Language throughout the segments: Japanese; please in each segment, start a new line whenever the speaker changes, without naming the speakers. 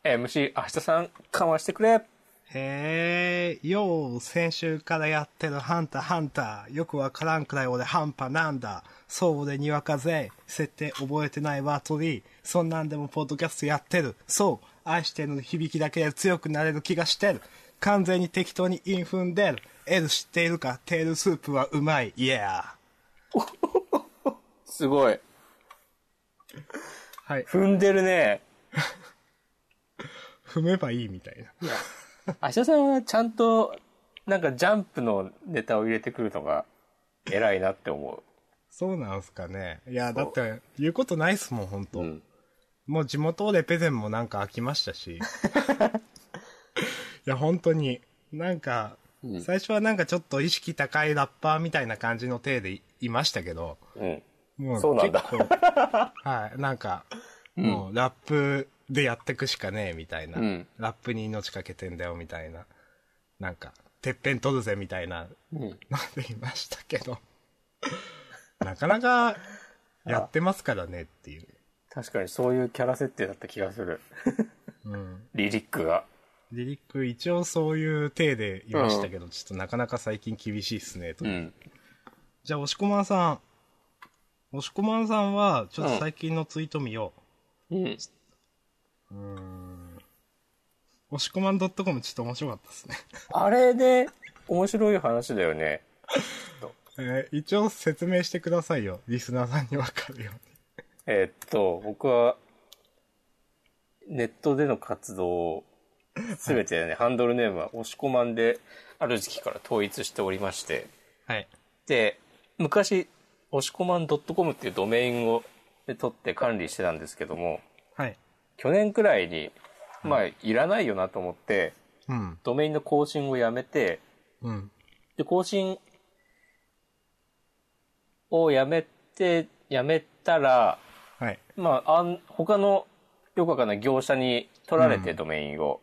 MC 明日さんかましてくれ。
へー、よー、先週からやってるハンターハンター。よくわからんくらい俺半端なんだ。そう俺にわかぜ。設定覚えてないワートリー。そんなんでもポッドキャストやってる。そう、愛してるの響きだけで強くなれる気がしてる。完全に適当にイン踏んでる。L 知っているか？テールスープはうまい。イエー。
すごい。
はい。
踏んでるね。
踏めばいいみたいな。
明日さんはちゃんとなんかジャンプのネタを入れてくるのが偉いなって思う。
そうなんすかね。いや、だって言うことないっすもん、ほんと。
うん、
もう地元レペゼンもなんか飽きましたし。いや、本当に。なんか、最初はなんかちょっと意識高いラッパーみたいな感じの体で いましたけど。
うん。
もう
そうなんだ。
はい。なんか、もうラップでやってくしかねえみたいな。
うん、
ラップに命かけてんだよみたいな。なんか、てっぺん取るぜみたいなのでいましたけど。なかなかやってますからねっていう。
確かにそういうキャラ設定だった気がする。
うん。
リリックが。
リリック一応そういう体でいましたけど、ちょっとなかなか最近厳しいっすね、と。じゃあ、押しこまんさん。押しこまんさんは、ちょっと最近のツイート見よう。押しこまん .com ちょっと面白かったですね。
あれで、面白い話だよね。
一応説明してくださいよ。リスナーさんにわかるように。
僕は、ネットでの活動を、すべてね、ハンドルネームは押しこまんで、ある時期から統一しておりまして。
はい。
で、昔、押しこまん .com っていうドメインを取って管理してたんですけども、
はい。
去年くらいに、まあ、いらないよなと思って、ドメインの更新をやめて、で、更新をやめたら、
はい。
まあ、他のよくわかんない業者に取られて、ドメインを。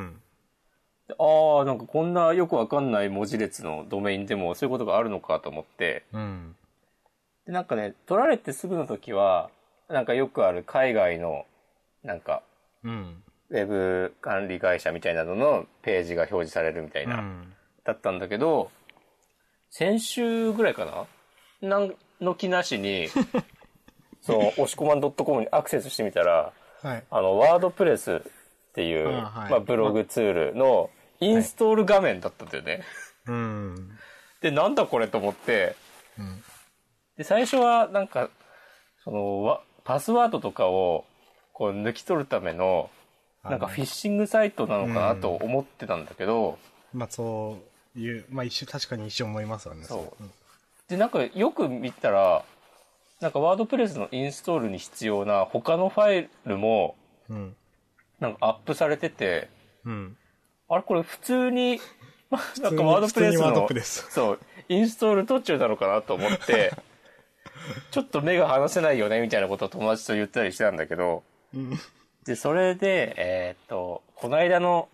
なんかこんなよくわかんない文字列のドメインでもそういうことがあるのかと思って、で、なんかね、取られてすぐの時は、なんかよくある海外の、なんか、ウェブ管理会社みたいなののページが表示されるみたいな、だったんだけど、先週ぐらいかな？なんの気なしに、その、押しこまん .com にアクセスしてみたら、ワードプレスっていう、まあ、ブログツールのインストール画面だったんだよね。で、なんだこれと思って、で、最初はなんか、その、パスワードとかをこう抜き取るための、なんかフィッシングサイトなのかなと思ってたんだけど、
まあそういう、まあ確かに一瞬思いますよね。
そう。で、なんかよく見たら、なんかワードプレスのインストールに必要な他のファイルも、なんかアップされてて、あれこれ普通に、なんかワードプレスの、そう、インストール途中なのかなと思って、ちょっと目が離せないよねみたいなことを友達と言ったりしてたんだけど、で、それで、この間の、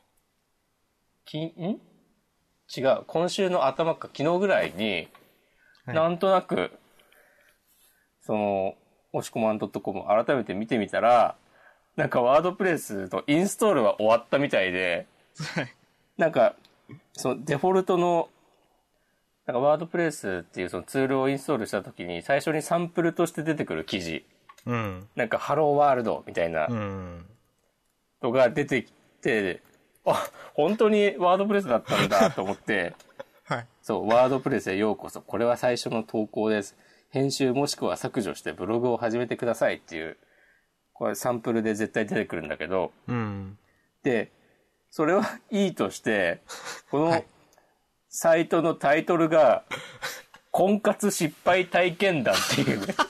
違う、今週の頭か昨日ぐらいに、なんとなく、その、押しこまん .com を改めて見てみたら、なんかワードプレスのインストールは終わったみたいで、なんか、そのデフォルトの、なんかワードプレスっていうそのツールをインストールしたときに最初にサンプルとして出てくる記事、なんかハローワールドみたいなのが出てきて、本当にワードプレスだったんだと思って、そう、ワードプレスへようこそ。これは最初の投稿です。編集もしくは削除してブログを始めてくださいっていう、これサンプルで絶対出てくるんだけど、で、それはいいとして、このサイトのタイトルが、婚活失敗体験談っていうね。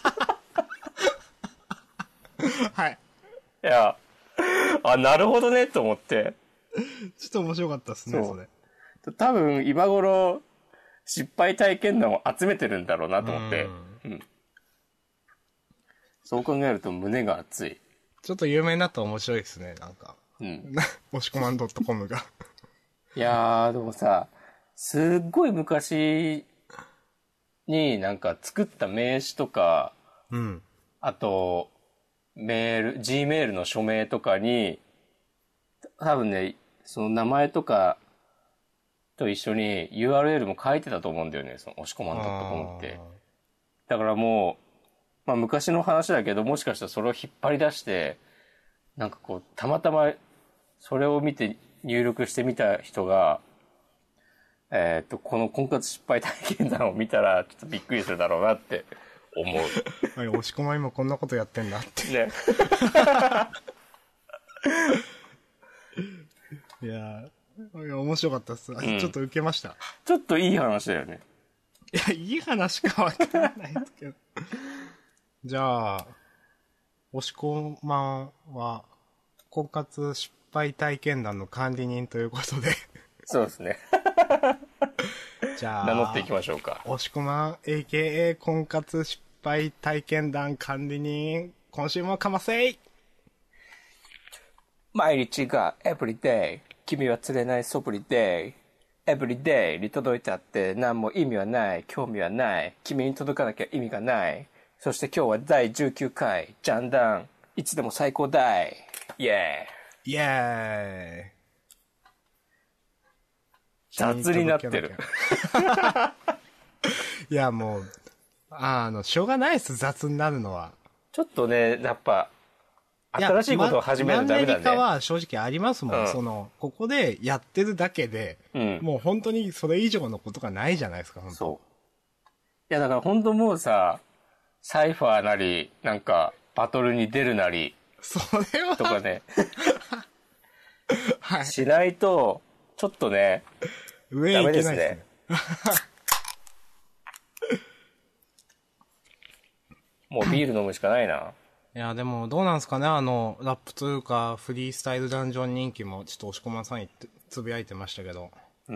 いや、なるほどねと思って。
ちょっと面白かったですね、それ。
多分今頃、失敗体験談を集めてるんだろうなと思って。そう考えると胸が熱い。
ちょっと有名になったら面白いですね、なんか。押しこまん .com が。
いやー、でもさ、すっごい昔になんか作った名刺とか、あと、Gmail の署名とかに、 多分ね、その名前とかと一緒に URL も書いてたと思うんだよね、その押し込まん .com って。だからもう、まあ昔の話だけど、もしかしたらそれを引っ張り出して、なんかこう、たまたまそれを見て入力してみた人が、この婚活失敗体験談を見たら、ちょっとびっくりするだろうなって思う。
はい、押し込まん今こんなことやってんだって。ね。いや、面白かったっす。ちょっと受けました。
ちょっといい話だよね。
いや、いい話かわからないですけど。じゃあ、押し込まんは、婚活失敗体験談の管理人ということで。
そうですね。じゃあ、名乗っていきましょうか。
押し込まん、AKA 婚活失敗体験談管理人、今週もかませい。
毎日が everyday。君は釣れないそぶり day。everyday に届いたって何も意味はない。興味はない。君に届かなきゃ意味がない。そして今日は第19回。ジャンダン。いつでも最高だい。イェーイ。
イェーイ。
雑になってる。
いや、もう、しょうがないです、雑になるのは。
ちょっとね、やっぱ、新しいことを始めるとダメだね。
マンネリ化は正直ありますもん。ここでやってるだけで、もう本当にそれ以上のことがないじゃないですか、本当。そう。
いや、だから本当もうさ、サイファーなり、なんか、バトルに出るなり、
それは、
とかね、
はい。
しないと、ちょっとね、
上行けないですね。
もうビール飲むしかないな。
いや、でも、どうなんですかね、ラップというか、フリースタイルダンジョン人気も、ちょっと押し込まんさんつぶやいてましたけど。
うん。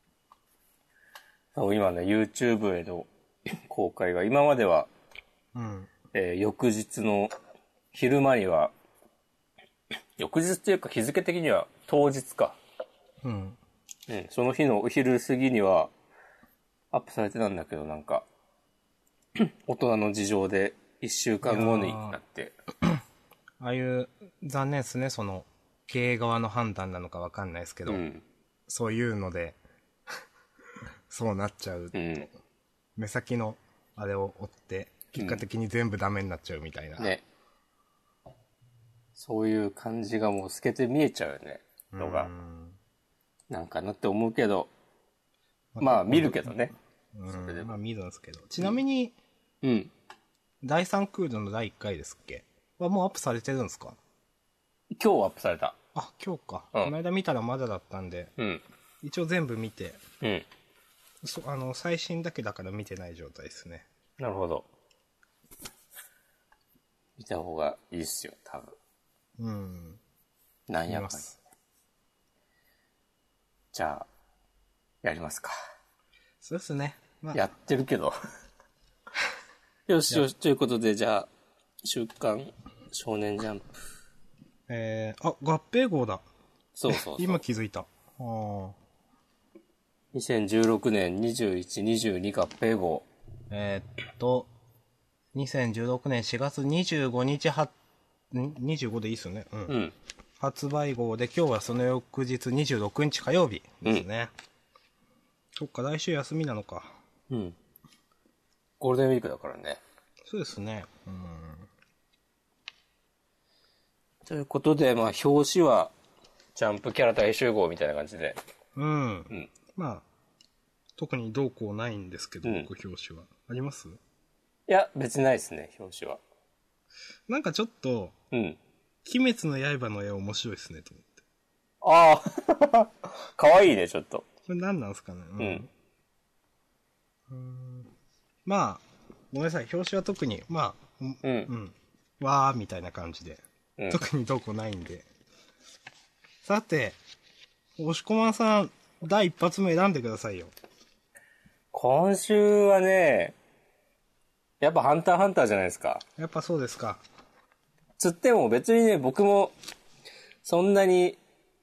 今ね、YouTube への公開が、今までは、翌日の昼間には、翌日っていうか日付的には当日か。その日のお昼過ぎにはアップされてたんだけど、なんか、大人の事情で1週間後になって。
ああいう残念ですね、経営側の判断なのかわかんないですけど、そういうので、そうなっちゃう。目先のあれを追って、結果的に全部ダメになっちゃうみたいな。
ね。そういう感じがもう透けて見えちゃうよね、のが。なんかなって思うけど、まあ見るけどね。
まあ見るんですけど。ちなみに、第3クールの第1回ですっけはもうアップされてるんですか？
今日アップされた。
あ、今日か。この間見たらまだだったんで、一応全部見て、最新だけだから見てない状態ですね。
なるほど。見た方がいいっすよ、多分。なんやかん。じゃあ、やりますか。
そうですね。
やってるけど。よしよし、ということで、じゃあ、週刊少年ジャンプ。
合併号だ。
そうそうそう。
今気づいた。
2016年21、22合併号。
2016年4月25日25でいいっすよね。発売号で、今日はその翌日26日火曜日ですね。そっか、来週休みなのか。
ゴールデンウィークだからね。
そうですね。
ということで、まあ、表紙は、ジャンプキャラ大集合みたいな感じで。
まあ、特にどうこうないんですけど、僕表紙は。あります？
いや、別にないですね、表紙は。
なんかちょっと、鬼滅の刃の絵面白いですね、と
思って。ああ、かわいいね、ちょっと。
これ何なんですかね。まあ、ごめんなさい、表紙は特に、まあ、わーみたいな感じで、特にどうこうないんで。さて、押し込まんさん、第一発目選んでくださいよ。
今週はね、やっぱハンターハンターじゃないですか。
やっぱそうですか。
つっても別にね、僕も、そんなに、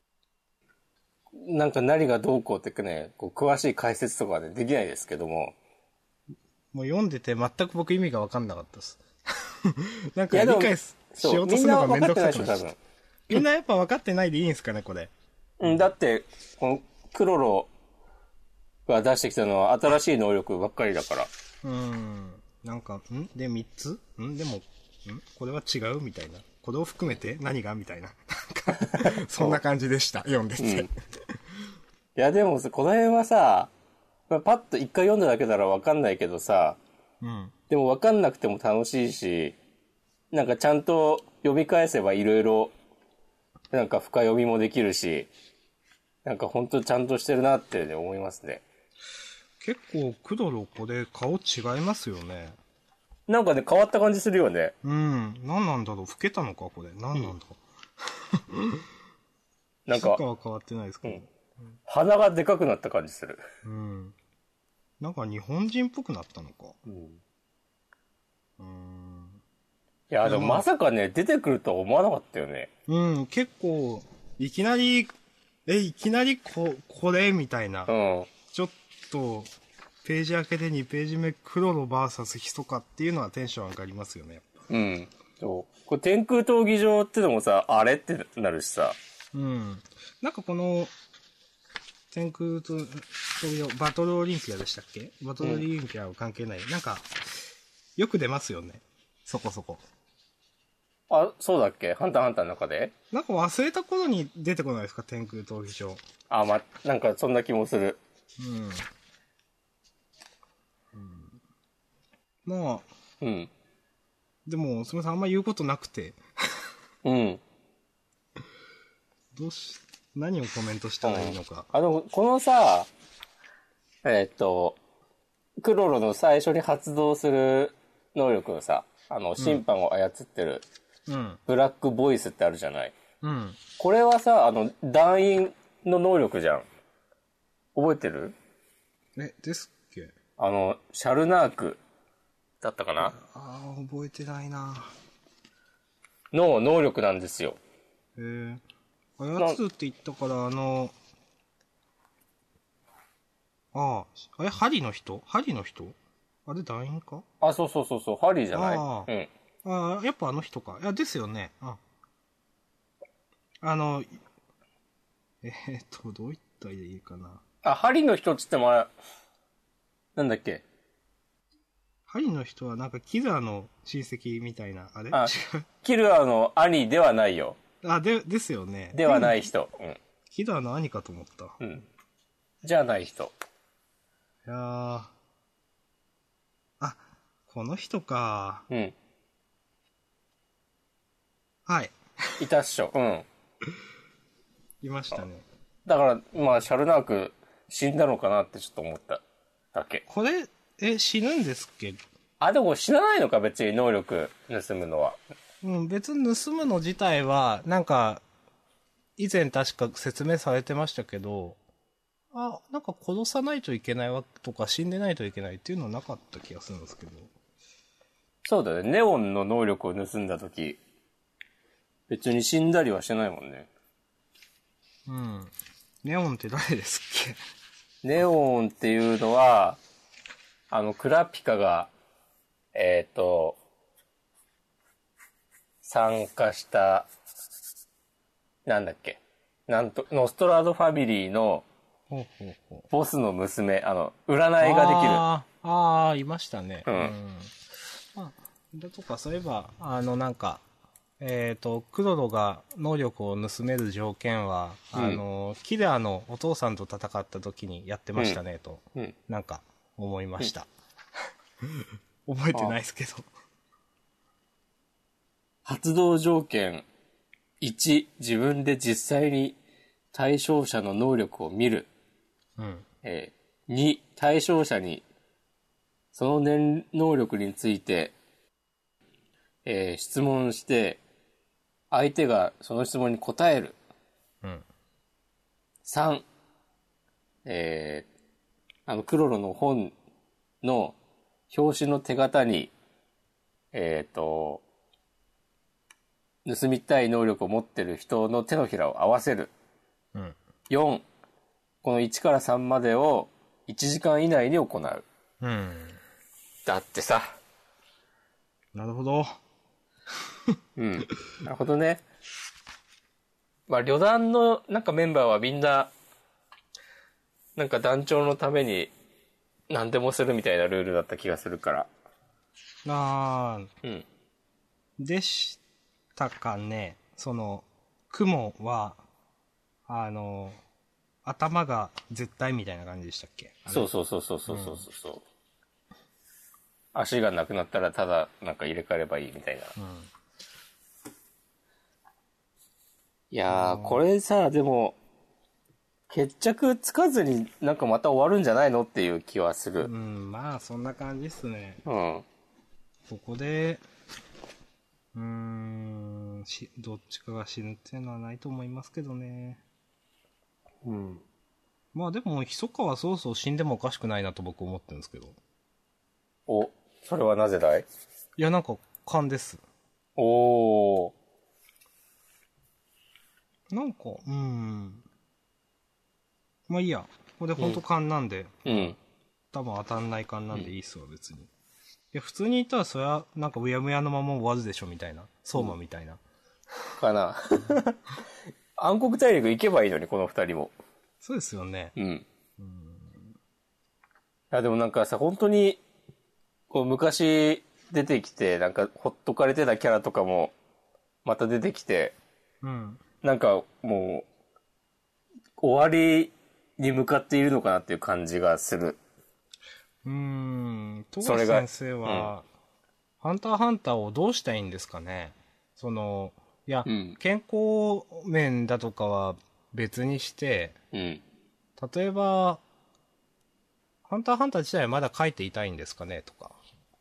なんか何がどうこうってかね、こう詳しい解説とかはね、できないですけども。
もう読んでて全く僕意味が分かんなかったです。なんか理解しようとするのがめんどくさくなっちゃった。 みんなやっぱ分かってないでいいんですかね、これ。
うん、だって、このクロロが出してきたのは新しい能力ばっかりだから。
なんか、で、3つでも、これは違うみたいな。これを含めて何がみたいな。なんか、そんな感じでした。読んでて。
いや、でもこの辺はさ、パッと一回読んだだけならわかんないけどさ、でもわかんなくても楽しいし、なんかちゃんと読み返せばいろいろ、なんか深読みもできるし、なんかほんとちゃんとしてるなって、ね、思いますね。
結構、クドロこれ顔違いますよね。
なんかね、変わった感じするよね。
何なんだろう、老けたのかこれ。何なんだろう。
なんか、
は変わってないですけど。
鼻がでかくなった感じする。
なんか日本人っぽくなったのか。
いや、でもまさかね、出てくるとは思わなかったよね。
結構、いきなりこれみたいな。ちょっと、ページ開けて2ページ目、クロロ VS ヒソカっていうのはテンション上がりますよね。
そう。これ天空闘技場ってのもさ、あれってなるしさ。
なんかこの、天空闘技場、バトルオリンピアでしたっけ？バトルオリンピアは関係ない。なんか、よく出ますよね。そこそこ。
あ、そうだっけ？ハンターハンターの中で？
なんか忘れた頃に出てこないですか？天空闘技場。
なんかそんな気もする。
まあ、でも、すみません、あんま言うことなくて。何をコメントしたらいいのか。
このさ、クロロの最初に発動する能力のさ、審判を操ってる、ブラックボイスってあるじゃない。これはさ、団員の能力じゃん。覚えてる？
ですっけ？
シャルナークだったかな？
覚えてないな。
の能力なんですよ。
操るって言ったから、ハリの人あれ団員か？
そう、ハリーじゃない？
やっぱあの人か。いや、ですよね。どう言ったらいいかな。
ハリの人っつっても、なんだっけ？
ハリの人はなんかキラーの親戚みたいな、あれ？
キラーの兄ではないよ。
ですよね。
ではない人。
キラーの兄かと思った。
じゃない人。
いやこの人か。はい。
いたっしょ。
いましたね。
だから、シャルナーク死んだのかなってちょっと思っただけ。
これ、死ぬんですっけ？
でも死なないのか、別に能力盗むのは。
別に盗むの自体は、なんか、以前確か説明されてましたけど、なんか殺さないといけないとか死んでないといけないっていうのはなかった気がするんですけど。
そうだね。ネオンの能力を盗んだとき、別に死んだりはしてないもんね。
ネオンって誰ですっけ？
ネオンっていうのは、クラピカが、参加した、なんだっけ。ノストラドファミリーの、ボスの娘、占いができる。
いましたね。だとか、そういえば、なんか、クロロが能力を盗める条件は、キラーのお父さんと戦った時にやってましたね、と、なんか、思いました。覚えてないですけど。
発動条件1、自分で実際に対象者の能力を見る。2、対象者にその能力について、質問して、相手がその質問に答える。3、クロロの本の表紙の手形に、盗みたい能力を持ってる人の手のひらを合わせる。4、この1から3までを1時間以内に行う。だってさ。
なるほど。
なるほどね。 まあ旅団のなんかメンバーはみんな、なんか団長のために何でもするみたいなルールだった気がするから。
あ
うん。
でしたかね。その、雲は、頭が絶対みたいな感じでしたっけ？
そうそうそうそうそうそうそう。足がなくなったらただなんか入れ替えればいいみたいな。
うん。
いやー、これさ、でも、決着つかずになんかまた終わるんじゃないのっていう気はする。
うん、まあそんな感じっすね。
うん。
ここで、どっちかが死ぬっていうのはないと思いますけどね。
うん。
まあでも、ひそかはそろそろ死んでもおかしくないなと僕思ってるんですけど。
お、それはなぜだい？
いや、なんか、勘です。
おー。
なんか、まあいいや。これほんと勘なんで。
うん。
多分当たんない勘なんでいいっすわ、別に。いや、普通に言ったらそりゃ、なんかうやむやのまま終わるでしょ、みたいな。相馬みたいな。
かな。暗黒大陸行けばいいのに、この二人も。
そうですよね。
うん。いや、でもなんかさ、本当に、こう昔出てきて、なんかほっとかれてたキャラとかも、また出てきて、
うん。
なんかもう、終わりに向かっているのかなっていう感じがする。
富樫先生は、ハンターハンターをどうしたいんですかね。その、いや、健康面だとかは別にして、例えば、ハンターハンター自体はまだ書いていたいんですかねとか。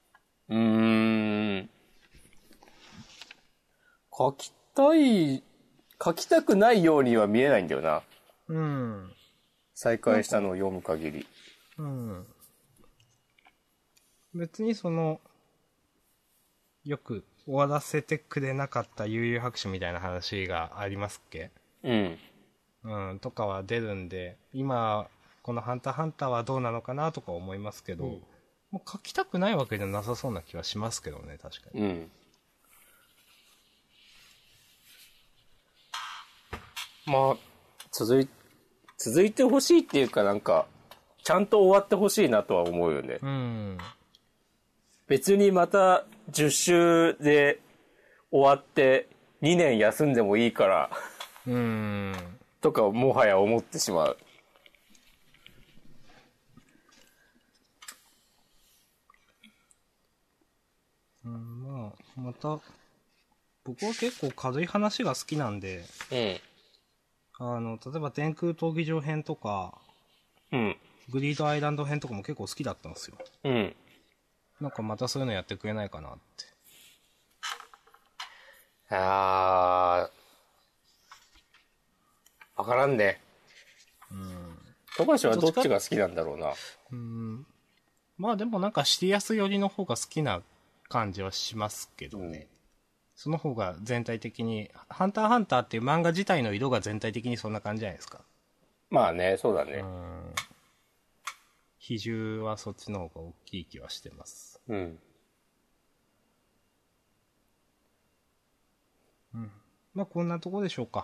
書きたくないようには見えないんだよな。
うん。
再開したのを読む限り。
うん。別にその、よく終わらせてくれなかった悠々白書みたいな話がありますっけ？
うん。
うん、とかは出るんで、今、このハンターハンターはどうなのかなとか思いますけど、もう書きたくないわけじゃなさそうな気はしますけどね、確かに。
うん。まあ、続いてほしいっていうかなんか、ちゃんと終わってほしいなとは思うよね。
うん。
別にまた10週で終わって2年休んでもいいからとかもはや思ってしまう。
まあ、また、僕は結構軽い話が好きなんで、例えば天空闘技場編とか、グリードアイランド編とかも結構好きだったんですよ。なんかまたそういうのやってくれないかなって。
わからんね。富樫はどっちが好きなんだろうな。
まあでもなんかシリアス寄りの方が好きな感じはしますけどね。その方が全体的に、ハンターハンターっていう漫画自体の色が全体的にそんな感じじゃないですか。
まあね、そうだね。
比重はそっちの方が大きい気はしてます。まあこんなとこでしょうか。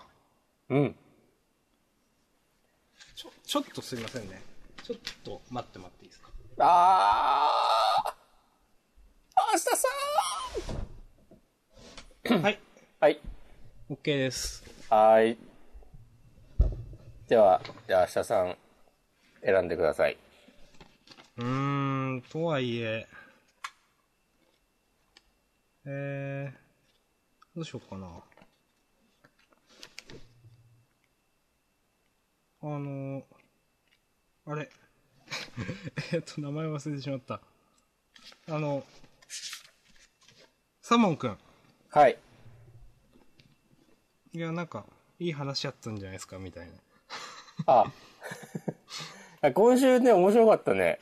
ちょっとすいませんね。ちょっと待っていいですか。
明日さ
んはい。
はい。
OK です。
はい。では、じゃあ明日さん選んでください。
とはいえ、どうしようかな。あれ名前忘れてしまった。サモンくん。
はい。
いや、なんか、いい話やったんじゃないですか、みたい
な。今週ね、面白かったね。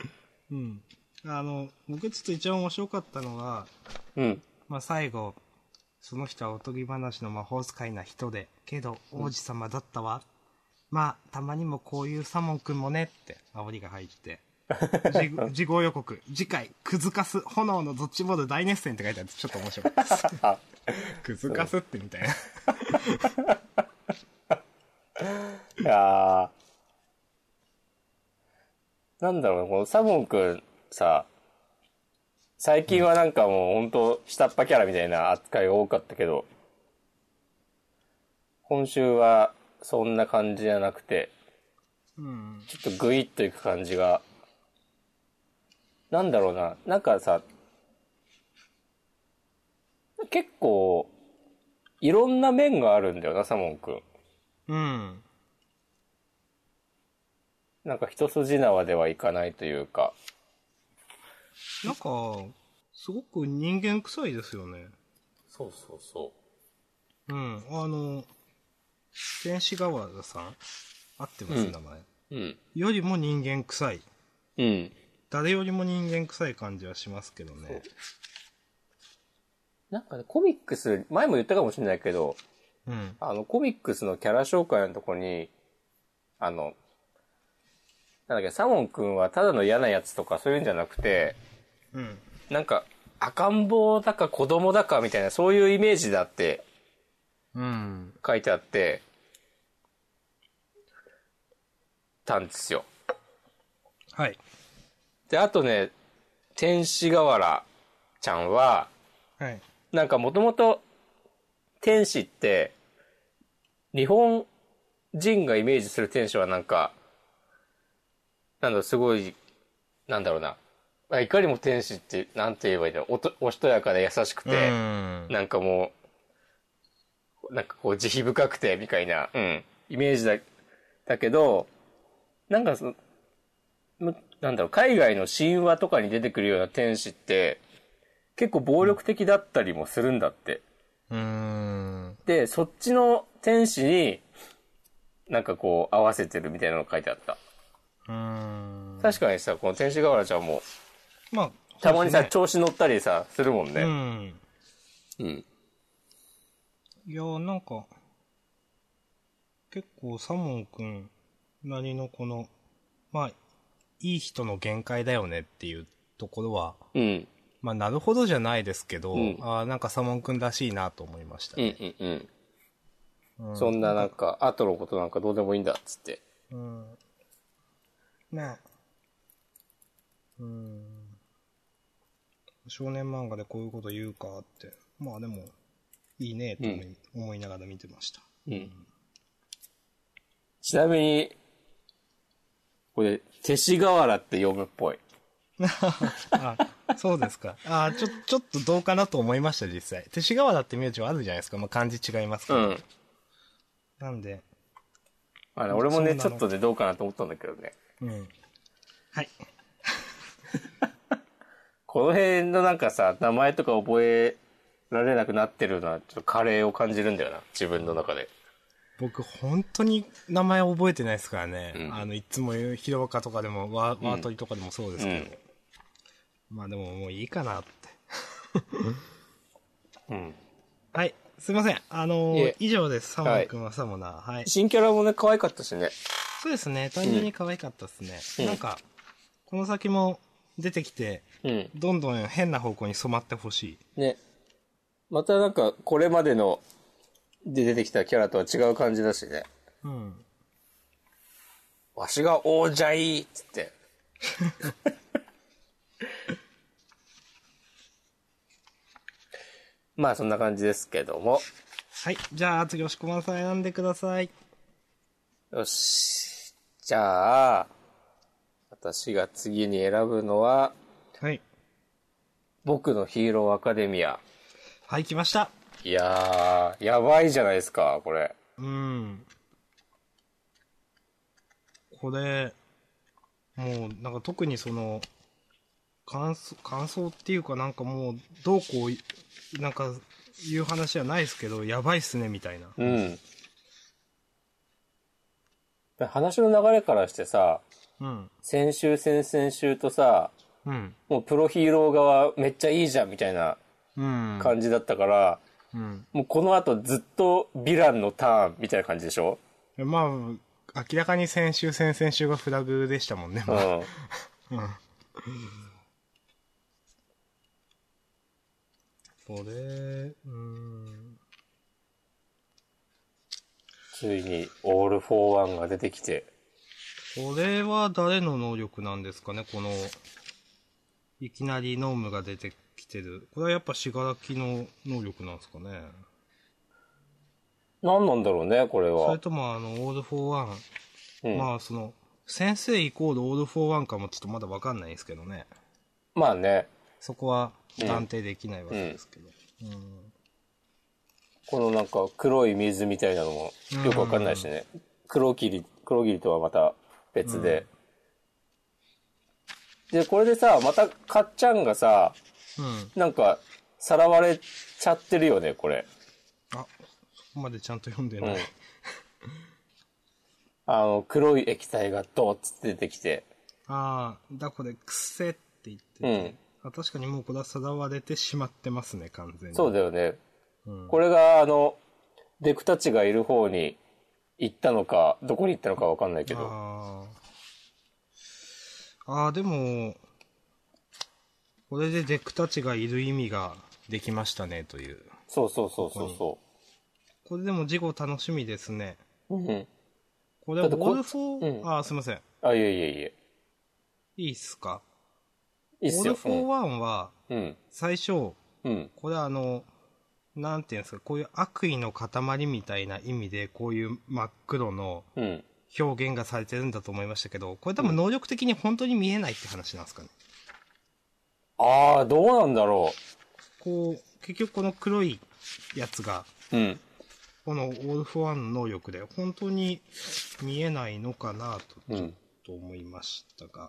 僕ちょっと一番面白かったのは、まあ最後、その人はおとぎ話の魔法使いな人で、けど王子様だったわ。まあ、たまにもこういうサモンくんもねって、煽りが入って。事後予告、次回、くずかす、炎のドッジボール大熱戦って書いてあって、ちょっと面白かったです。くずかすってみたいな。
いやなんだろうね、このサボンくんさ、最近はなんかもうほんと下っ端キャラみたいな扱いが多かったけど、今週はそんな感じじゃなくて、ちょっとグイッといく感じが、なんだろうな、なんかさ、結構、いろんな面があるんだよな、サモンくん。
うん。
なんか一筋縄ではいかないというか。
なんか、すごく人間臭いですよね。
そうそうそ
うん。天使川田さん合ってます、名前。
う。うん。
よりも人間臭い。
うん。
誰よりも人間臭い感じはしますけどね。
なんかね、コミックス、前も言ったかもしれないけど、
うん。
コミックスのキャラ紹介のとこに、なんだっけ、サモンくんはただの嫌なやつとかそういうんじゃなくて、
うん。
なんか、赤ん坊だか子供だかみたいな、そういうイメージだって
うん。
書いてあって、たんですよ。
はい。
で、あとね、天使河原ちゃんは、
はい。
なんかもともと天使って、日本人がイメージする天使はなんか、なんだろう、すごい、なんだろうな。いかにも天使って、なんて言えばいいんだろう。おしとやかで優しくて、なんかもう、なんかこう慈悲深くて、みたいな、イメージだけど、なんかなんだろう、海外の神話とかに出てくるような天使って、結構暴力的だったりもするんだって。で、そっちの天使に、なんかこう合わせてるみたいなのが書いてあった。確かにさ、この天使河原ちゃんも、
まあ、
たまにさ、
そうですね
調子乗ったりさ、するもんね。うん。
いやーなんか、結構サモンくんなりのこの、まあ、いい人の限界だよねっていうところは、
うん。
まあ、なるほどじゃないですけど、
うん
なんかサモンくんらしいなと思いましたね。
そんななんか、後のことなんかどうでもいいんだっつって。
ね少年漫画でこういうこと言うかって。まあでも、いいねと思いながら見てました。
ちなみに、これ、勅使河原って読むっぽい。
あ、そうですか。ちょっとどうかなと思いました、実際。勅使河原って名字はあるじゃないですか。まあ漢字違いますけど。なんで。
俺もね、ちょっとでどうかなと思ったんだけどね。
はい。
この辺のなんかさ、名前とか覚えられなくなってるのは、ちょっとカレーを感じるんだよな、自分の中で。
僕、本当に名前覚えてないですからね。いつも言う、ヒロアカとかでも、ワートリとかでもそうですけど。まあでももういいかなって。はい。すいません。以上です。サモン君はサモナー。はい。
新キャラもね、可愛かったしね。
そうですね。単純に可愛かったですね。なんか、この先も出てきて、どんどん変な方向に染まってほしい。
ね。またなんか、これまでの、で出てきたキャラとは違う感じだしね。わしが王者いっつって。まあそんな感じですけども。
はい。じゃあ次、押し込まんさん選んでください。
よし。じゃあ、私が次に選ぶのは、
はい。
僕のヒーローアカデミア。
はい、来ました。
いやー、やばいじゃないですか、これ。
これ、もう、なんか特にその、感想っていうかなんかもう、どうこう、なんか、いう話じゃないですけど、やばいっすね、みたいな。
話の流れからしてさ、先週、先々週とさ、もうプロヒーロー側めっちゃいいじゃん、みたいな感じだったから、もうこの後ずっとヴィランのターンみたいな感じでしょ？
まあ、明らかに先週、先々週がフラグでしたもんね、まあ。これ、
ついにオール・フォー・ワンが出てきて。
これは誰の能力なんですかね、この、いきなりノームが出てきてる。これはやっぱ死柄木の能力なんですかね。
何なんだろうね、これは。
それともオール・フォー・ワン。
うん、
まあ先生イコールオール・フォー・ワンかもちょっとまだわかんないですけどね。
まあね。
そこは断定できないわけですけど。
このなんか黒い水みたいなのもよくわかんないしね。黒霧とはまた別で。で、これでさ、またかっちゃんがさ、なんか、さらわれちゃってるよね、これ。
あ、そこまでちゃんと読んでない。
黒い液体がドーッつって出てきて。
ああ、これ、癖って言ってて、確かにもうこれはさらわれてしまってますね、完全に。
そうだよね。これが、デクたちがいる方に行ったのか、どこに行ったのかわかんないけど。
でも、これでデクたちがいる意味ができましたね、という。
そう。
これでも事後楽しみですね。これ、ウォルフォー、すいません。
いえ。
いいっすか？
いいっすよ。
ウォルフォー1は、最初、これなんていうんですか、こういう悪意の塊みたいな意味で、こういう真っ黒の表現がされてるんだと思いましたけど、これ多分能力的に本当に見えないって話なんですかね。
どうなんだろ
う。結局この黒いやつが、このオールフォーワンの能力で本当に見えないのかなと、ちょっと思いましたが。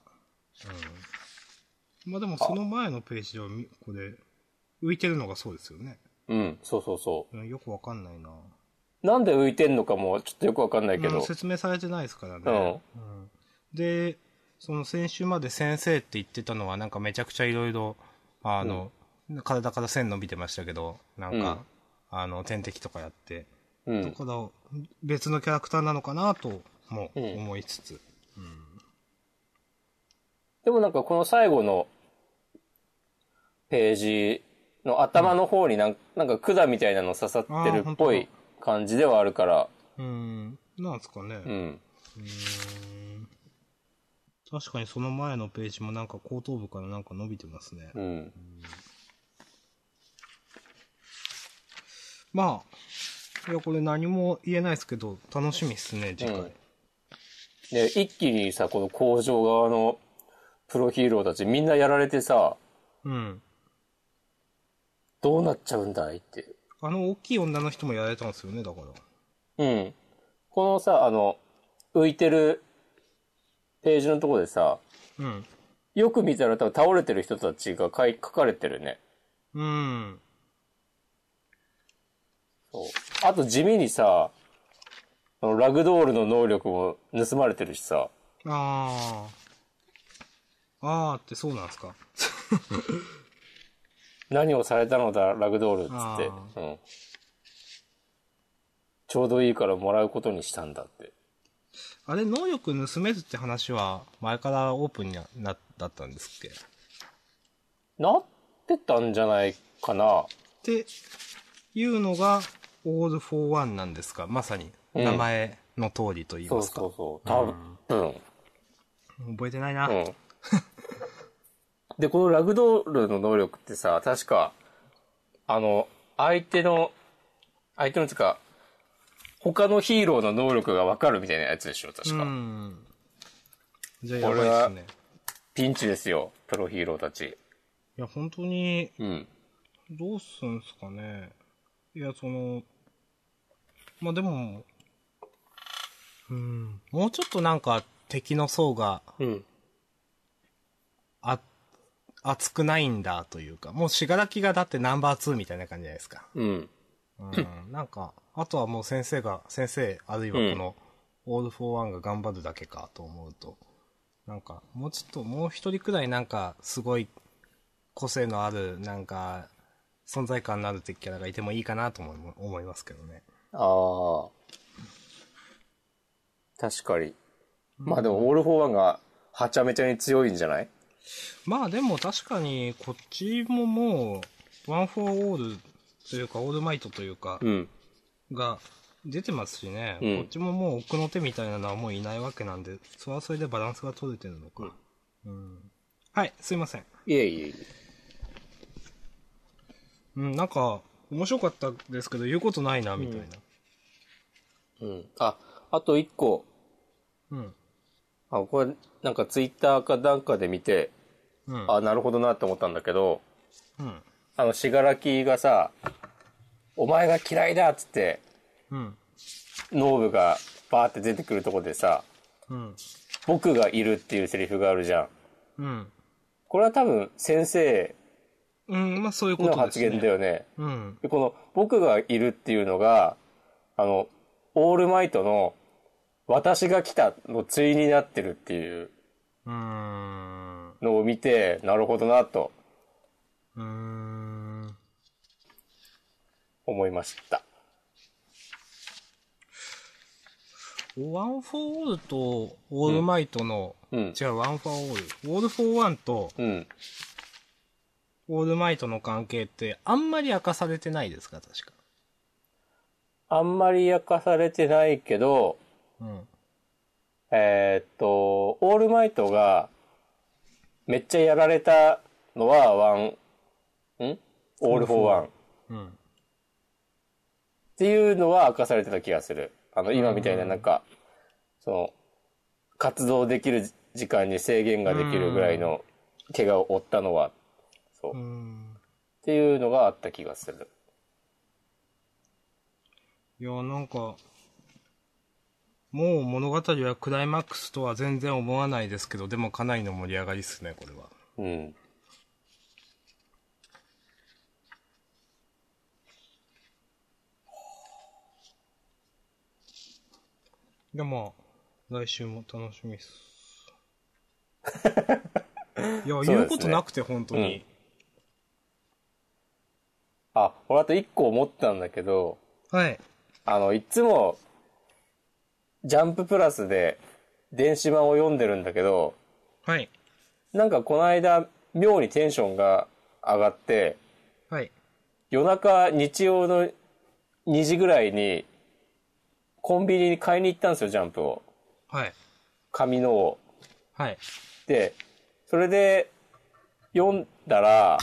まあでもその前のページでは、これ、浮いてるのがそうですよね。
そう。
よくわかんないな。
なんで浮いてんのかもちょっとよくわかんないけど。
説明されてないですからね。で、その先週まで先生って言ってたのはなんかめちゃくちゃいろいろ、体から線伸びてましたけど、なんか、点滴とかやって、だから別のキャラクターなのかなとも思いつつ。
でもなんかこの最後のページの頭の方になんか管みたいなの刺さってるっぽい感じではあるから。
なんですかね。確かにその前のページもなんか後頭部からなんか伸びてますね。まあ、いやこれ何も言えないですけど、楽しみっすね、次回。
で、一気にさ、この工場側のプロヒーローたちみんなやられてさ、どうなっちゃうんだいって。
大きい女の人もやられたんですよね、だから。
このさ、浮いてるページのところでさ、よく見たら多分倒れてる人たちが書かれてるね。そう。あと地味にさ、ラグドールの能力も盗まれてるしさ。
ってそうなんですか。
何をされたのだ、ラグドールっつって。ちょうどいいからもらうことにしたんだって。
あれ、能力盗めずって話は前からオープンにだったんですっけ？
なってたんじゃないかな。
っていうのが、オール・フォー・ワンなんですか？まさに、名前の通りと言いますか。
そう。多分。
覚えてないな。
で、このラグドールの能力ってさ、確か、相手のつうか、他のヒーローの能力がわかるみたいなやつでしょ、確か。
じゃあやばいっすね。
ピンチですよ、プロヒーローたち。
いや、本当に、どうすんすかね。いや、まあ、でも、もうちょっとなんか敵の層が、熱くないんだというか、もう死柄木がだってナンバー2みたいな感じじゃないですか。なんか、あとはもう先生、あるいはこの、オール・フォー・ワンが頑張るだけかと思うと、なんか、もうちょっと、もう一人くらいなんか、すごい、個性のある、なんか、存在感のある敵キャラがいてもいいかなと思いますけどね。
確かに。まあでも、オール・フォー・ワンが、はちゃめちゃに強いんじゃない？
まあでも確かに、こっちももう、ワン・フォー・オールというか、オールマイトというか、が、 出てますしね、
うん
こっちももう奥の手みたいなのはもういないわけなんで、それはそれでバランスが取れてるのか。はい、すいません。
いえいえいえ。
なんか、面白かったですけど、言うことないな、みたいな。
あと一個。これ、なんかツイッターかなんかで見て、なるほどなって思ったんだけど、しがらきがさ、お前が嫌いだっつって、ノーブがバーって出てくるとこでさ、僕がいるっていうセリフがあるじゃん。これは多分先生
まあそういうこと
の
ですね。
発言だよね。
で
この僕がいるっていうのが、オールマイトの私が来たの対になってるっていうのを見て、なるほどなと思いました。
ワン・フォー・オールとオールマイトの、違う、ワン・フォー・オール。オール・フォー・ワンと、オールマイトの関係ってあんまり明かされてないですか、確か。
あんまり明かされてないけど、オールマイトがめっちゃやられたのはオール・フォー・ワン。っていうのは明かされてた気がする。今みたいななんか、活動できる時間に制限ができるぐらいの怪我を負ったのは、そう。っていうのがあった気がする。
いや、なんか、もう物語はクライマックスとは全然思わないですけど、でもかなりの盛り上がりっすね、これは。でも、来週も楽しみっす。いや、言うことなくて、本当に。
俺あと一個思ったんだけど、
はい。
いつも、ジャンププラスで電子版を読んでるんだけど、
はい。
なんかこの間、妙にテンションが上がって、
はい。
夜中、日曜の2時ぐらいに、コンビニに買いに行ったんですよ、ジャンプを。
はい。
紙のを。
はい。
で、それで、読んだら、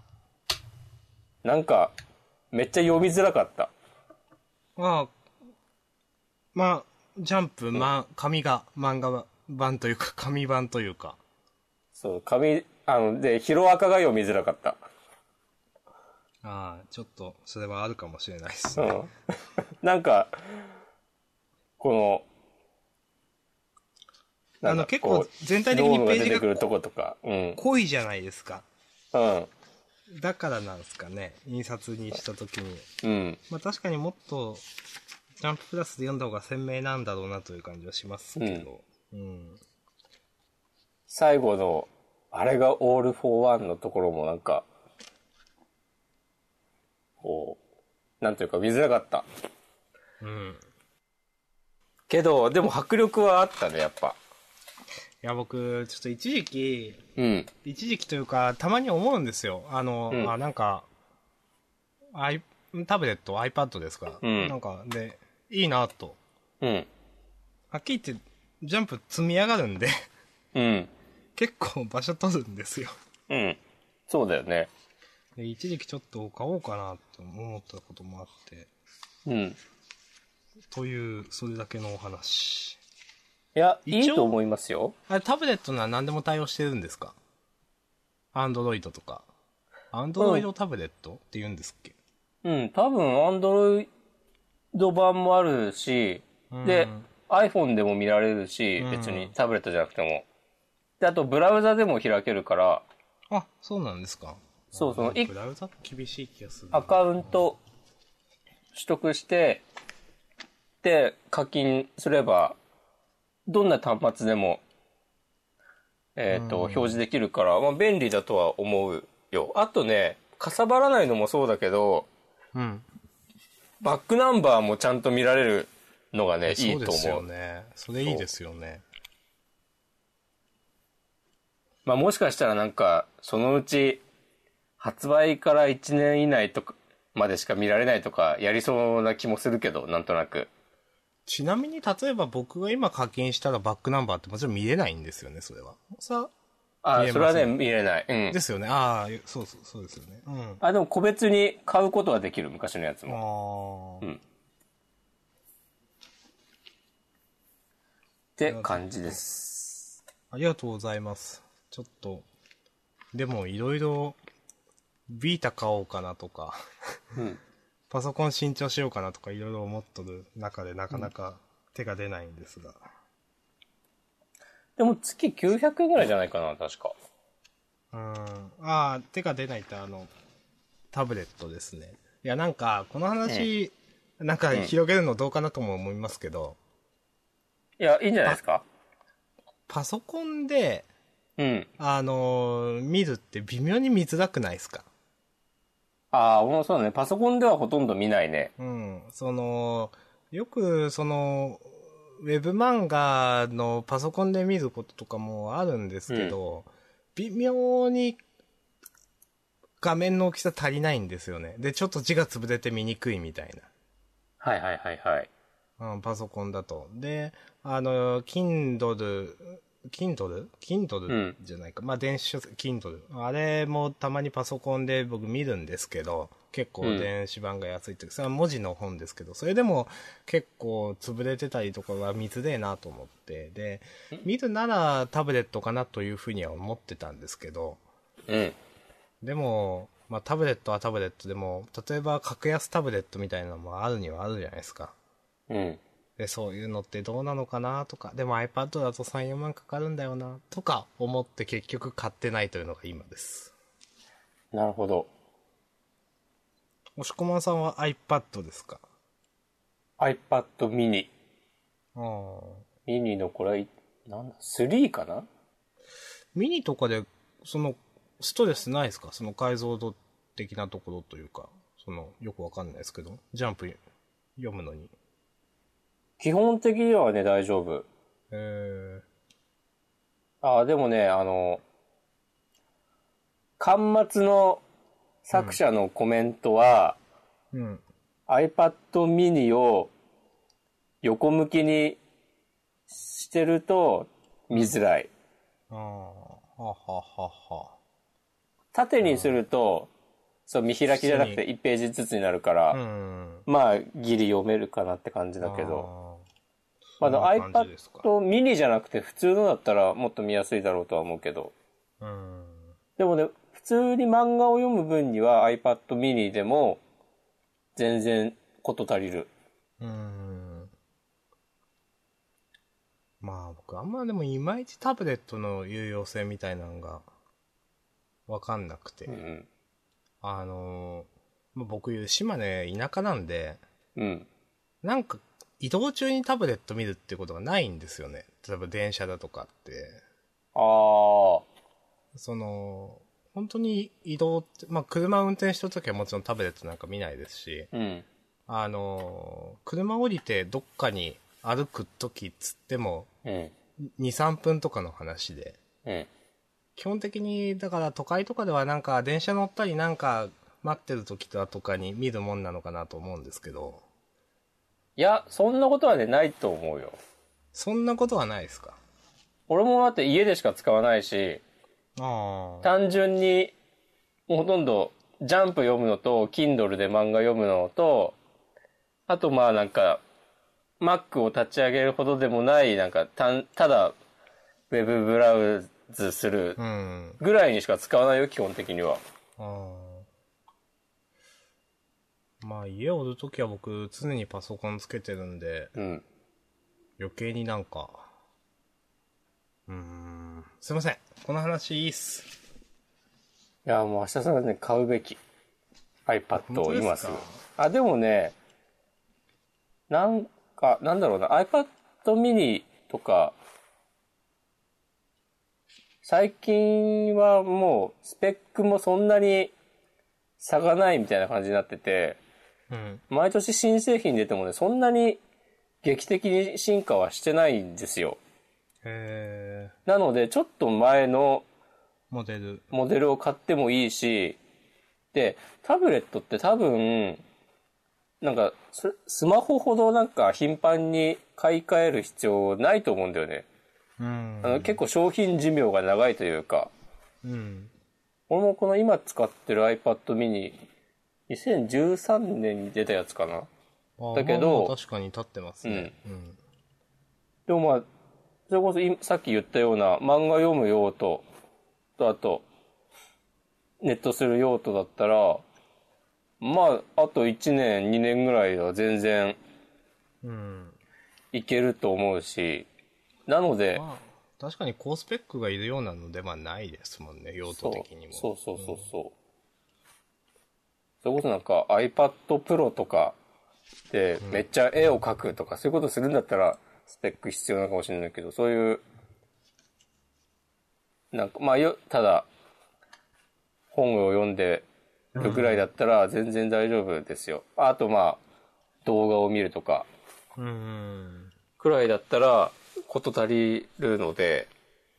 なんか、めっちゃ読みづらかった。
まあ、ジャンプ、漫画版というか、紙版というか。
そう、で、ヒロアカが読みづらかった。
ちょっと、それはあるかもしれないですね。
なんか、
結構全体的にページが
出てくるとことか、
濃いじゃないですか。だからなんですかね、印刷にしたときに。まあ確かにもっと、ジャンププラスで読んだ方が鮮明なんだろうなという感じはしますけど。
最後の、あれがオール・フォー・ワンのところもなんか、なんというか見づらかった。けど、でも迫力はあったね、やっぱ。
いや、僕、ちょっと一時期というか、たまに思うんですよ。なんか、タブレット、iPad ですか。なんか、で、いいなと。はっきり言って、ジャンプ積み上がるんで結構場所取るんですよ。
そうだよね。
で一時期ちょっと買おうかなと思ったこともあって。という、それだけのお話。
いや、いいと思いますよ。
タブレットなら何でも対応してるんですか？アンドロイドとか。アンドロイドタブレットって言うんですっけ？
多分アンドロイド版もあるし、で、iPhone でも見られるし、別にタブレットじゃなくても。で、あとブラウザでも開けるから。
そうなんですか。
そう、
ブラウザ厳しい気がする。
アカウント取得して、で、課金すれば、どんな端末でも、表示できるから、便利だとは思うよ。あとね、かさばらないのもそうだけど、バックナンバーもちゃんと見られるのがね、いいと思う。そうですよ
ね。それいいですよね。
もしかしたらなんか、そのうち、発売から1年以内とか、 までしか見られないとかやりそうな気もするけど、なんとなく。
ちなみに、例えば僕が今課金したらバックナンバーってもちろん見れないんですよね、それは。
あ、
見えます
それはね、見れない。うん。
ですよね。ああ、そうですよね。うん。
あ、でも個別に買うことはできる、昔のやつも。
ああ。
うん。って感じです。
ありがとうございます。ちょっと、でもいろいろ、ビータ買おうかなとか、
うん。
パソコン新調しようかなとかいろいろ思っとる中でなかなか手が出ないんですが。
でも月900円ぐらいじゃないかな、確か。
ああ、手が出ないってタブレットですね。いや、なんか、この話、なんか広げるのどうかなとも思いますけど。
いや、いいんじゃないですか。
パソコンで、
うん。
見るって微妙に見づらくないですか？
ああ、もうそうだね。パソコンではほとんど見ないね。
うん。よく、ウェブ漫画のパソコンで見ることとかもあるんですけど、微妙に画面の大きさ足りないんですよね。で、ちょっと字が潰れて見にくいみたい
はいはいはいはい。
な。パソコンだと。で、Kindle じゃないか。まあ、電子書籍、Kindle。あれもたまにパソコンで僕見るんですけど、結構電子版が安いっていうか、それは文字の本ですけど、それでも結構潰れてたりとかは見づれえなと思って、で、見るならタブレットかなというふうには思ってたんですけど、
うん。
でも、まあタブレットはタブレットでも、例えば格安タブレットみたいなのもあるにはあるじゃないですか。
うん。
で、そういうのってどうなのかなとか、でも iPad だと3、4万かかるんだよな、とか思って結局買ってないというのが今です。
なるほど。
押しこまんさんは iPad ですか？
iPad mini。
ああ。
ミニのこれ、なんだ、3かな？
ミニとかで、ストレスないですか？その解像度的なところというか、よくわかんないですけど、ジャンプ読むのに。
基本的にはね、大丈夫。あ、でもね、端末の作者のコメントは、iPad mini を横向きにしてると見づらい。縦にすると、そう、見開きじゃなくて1ページずつになるから、まあ、ギリ読めるかなって感じだけど、まだ iPad mini じゃなくて普通のだったらもっと見やすいだろうとは思うけど、でもね、普通に漫画を読む分には iPad mini でも全然こと足りる。
まあ僕あんまでもいまいちタブレットの有用性みたいなのがわかんなくて。僕島根田舎なんで、なんか移動中にタブレット見るってことがないんですよね。例えば電車だとかって。本当に移動って、まあ車運転した時はもちろんタブレットなんか見ないですし、車降りてどっかに歩く時っつっても、2、3分とかの話で、基本的に、だから都会とかではなんか電車乗ったりなんか待ってる時とかに見るもんなのかなと思うんですけど。
いや、そんなことはね、ないと思うよ。
そんなことはないですか？
俺もだって家でしか使わないし、単純に、もうほとんどジャンプ読むのと、Kindle で漫画読むのと、あとまあなんか、Mac を立ち上げるほどでもない、なんか、ただ、ウェブブラウズするぐらいにしか使わないよ、基本的には。
まあ家おるときは僕常にパソコンつけてるんで、余計になんか、すいません。この話いいっす。
いや、もう明日さんね、買うべき。iPad を今すぐ。あ、でもね、なんだろうな、iPad mini とか、最近はもうスペックもそんなに差がないみたいな感じになってて、毎年新製品出てもね、そんなに劇的に進化はしてないんですよ。なので、ちょっと前のモデルを買ってもいいし、 で、タブレットって多分、なんか、スマホほどなんか頻繁に買い替える必要ないと思うんだよね。結構商品寿命が長いというか。俺もこの今使ってる iPad mini、2013年に出たやつかな。だけど、
確かに経ってますね。
でもまあ、それこそさっき言ったような漫画読む用途と、あと、ネットする用途だったら、まあ、あと1年、2年ぐらいは全然、いけると思うし、なので、
まあ、確かに高スペックがいるようなのではないですもんね、用途的にも。
そう。それこそなんか iPad Pro とかでめっちゃ絵を描くとか、そういうことするんだったらスペック必要なのかもしれないけど、そういう、なんかまあただ本を読んでるぐらいだったら全然大丈夫ですよ。あとまあ動画を見るとかくらいだったらこと足りるので、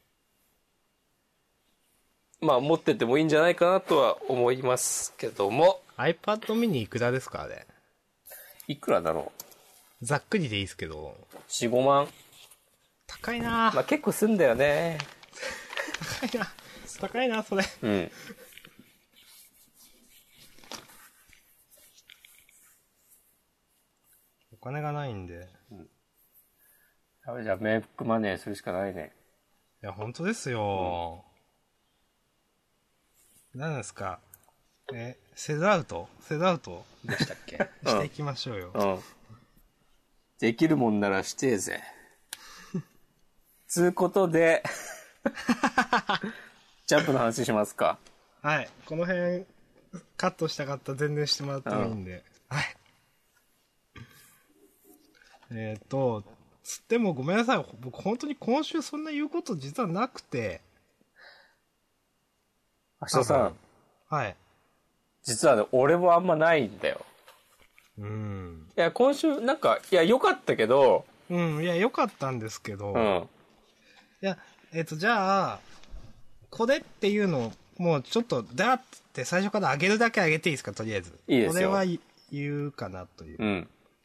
まあ持っててもいいんじゃないかなとは思いますけども。
iPad mini いくらですかあれ。
いくらだろ
う。ざっくりでいいですけど。
4、5万。
高いな。
まあ結構すんだよね。
高いな、それ。お金がないんで。
じゃあメイクマネーするしかないね。
いや、本当ですよ。何ですか。セズアウトでしたっけしていきましょうよ。
できるもんならしてえぜ。つうことで、ジャンプの話しますか。
はい。この辺、カットしたかったら全然してもらってもいいんで。はい。でもごめんなさい。僕本当に今週そんな言うこと実はなくて。
明日さん。
はい。
実はね、俺もあんまないんだよ。いや、今週、なんか、いや、良かったけど。
いや、良かったんですけど。いや、じゃあ、これっていうのを、もうちょっと、だって最初から上げるだけ上げていいですか、とりあえず。
いいですよ。
これは言うかなという。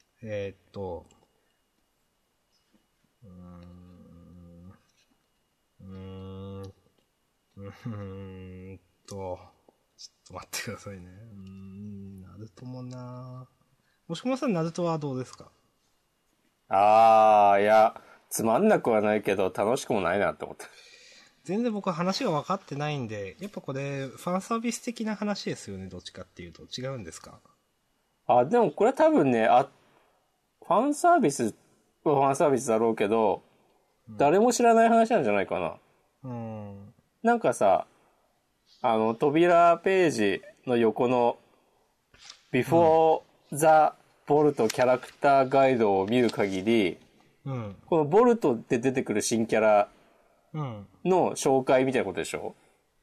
ちょっと待ってくださいね。ナルトもなもしこまさん、ナルトはどうですか？
いや、つまんなくはないけど、楽しくもないなって思った。
全然僕は話が分かってないんで、やっぱこれ、ファンサービス的な話ですよね、どっちかっていうと。違うんですか？
でもこれ多分ね、ファンサービスはファンサービスだろうけど、誰も知らない話なんじゃないかな。なんかさ、扉ページの横の Before the Bolt キャラクターガイドを見る限り、このボルトで出てくる新キャラの紹介みたいなことでしょ？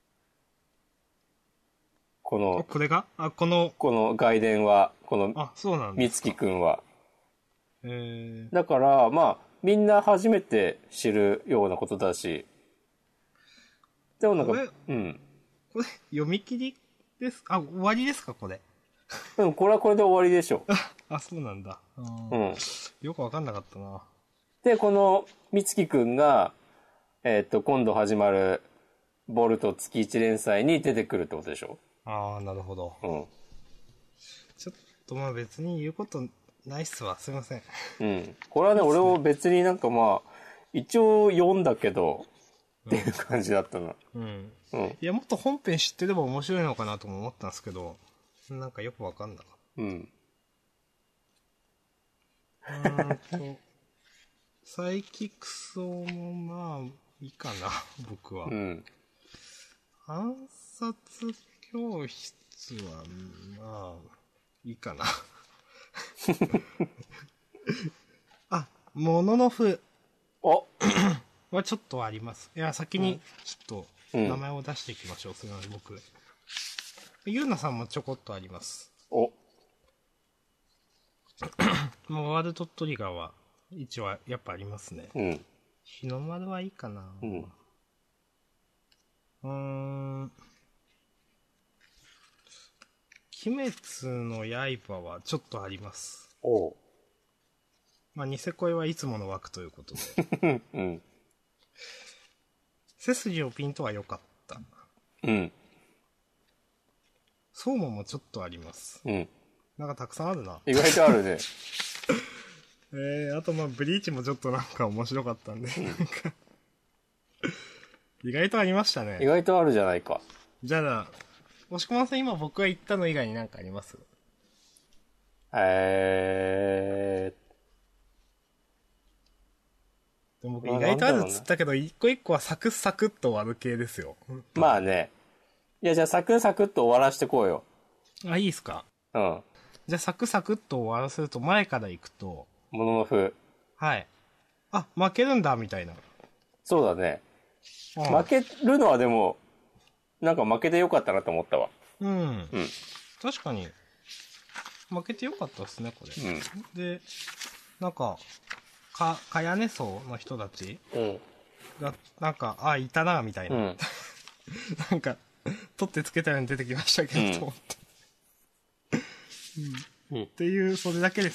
これがこの
外伝は、
そうなん
みつきくんは。
へ
だから、まあ、みんな初めて知るようなことだし。でもなんか、
これ読み切りです終わりですかこれ。
でもこれはこれで終わりでしょ。
そうなんだ。よくわかんなかったな。
で、この、みつきくんが、今度始まる、ボルト月1連載に出てくるってことでしょ。
なるほど。ちょっとまあ別に言うことないっすわ。すいません。
これはね、俺も別になんかまあ、一応読んだけど、っていう感じだったな。
いや、もっと本編知ってれば面白いのかなとも思ったんですけど、なんかよくわかんなかった。サイキクソもまあ、いいかな、僕は。暗殺教室は、まあ、いいかな。モノノフ。はちょっとあります。いや、先に、ちょっと、名前を出していきましょう。それは僕。ゆうなさんもちょこっとあります。もうワールドトリガーは、一応やっぱありますね。日の丸はいいかな。 鬼滅の刃はちょっとあります。
おう。
まあ、ニセ恋はいつもの枠ということで。
うん。
背筋をピンとは良かった。
うん。
相馬もちょっとあります。
うん。
なんかたくさんあるな。
意外とあるね。
あとまあ、ブリーチもちょっとなんか面白かったんで、なんか意外とありましたね。
意外とあるじゃないか。
じゃあ、押し込まんさん今僕が言ったの以外になんかあります？でも僕意外とあるっつったけど、一個一個はサクサクっと終わる系ですよ。
まあね。いや、じゃあサクサクっと終わらしてこうよ。
あ、いいっすか？
うん。
じゃあサクサクっと終わらせると前から行くと、
もののふ。
はい。あ、負けるんだ、みたいな。
そうだね。
うん
負けるのはでも、なんか負けてよかったなと思ったわ。
うん。
うん。
確かに、負けてよかったですね、これ。
うん。
で、なんか、かやね層の人たち
うん。
が、なんか、あ、いたな、みたいな。
うん。
なんか、取ってつけたように出てきましたけど、と思って。
うん。
っていう、それだけです。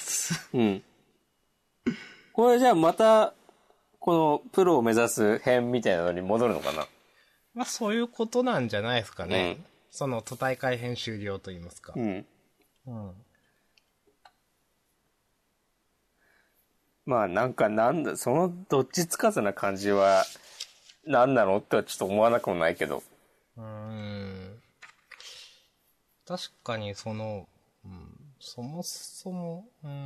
うん。これじゃあまた、このプロを目指す編みたいなのに戻るのかな？
まあ、そういうことなんじゃないですかね。
うん
その、都大会編終了と言いますか。
うん。
うん。
まあなんかそのどっちつかずな感じは、何なのってはちょっと思わなくもないけど。
確かにその、そもそも、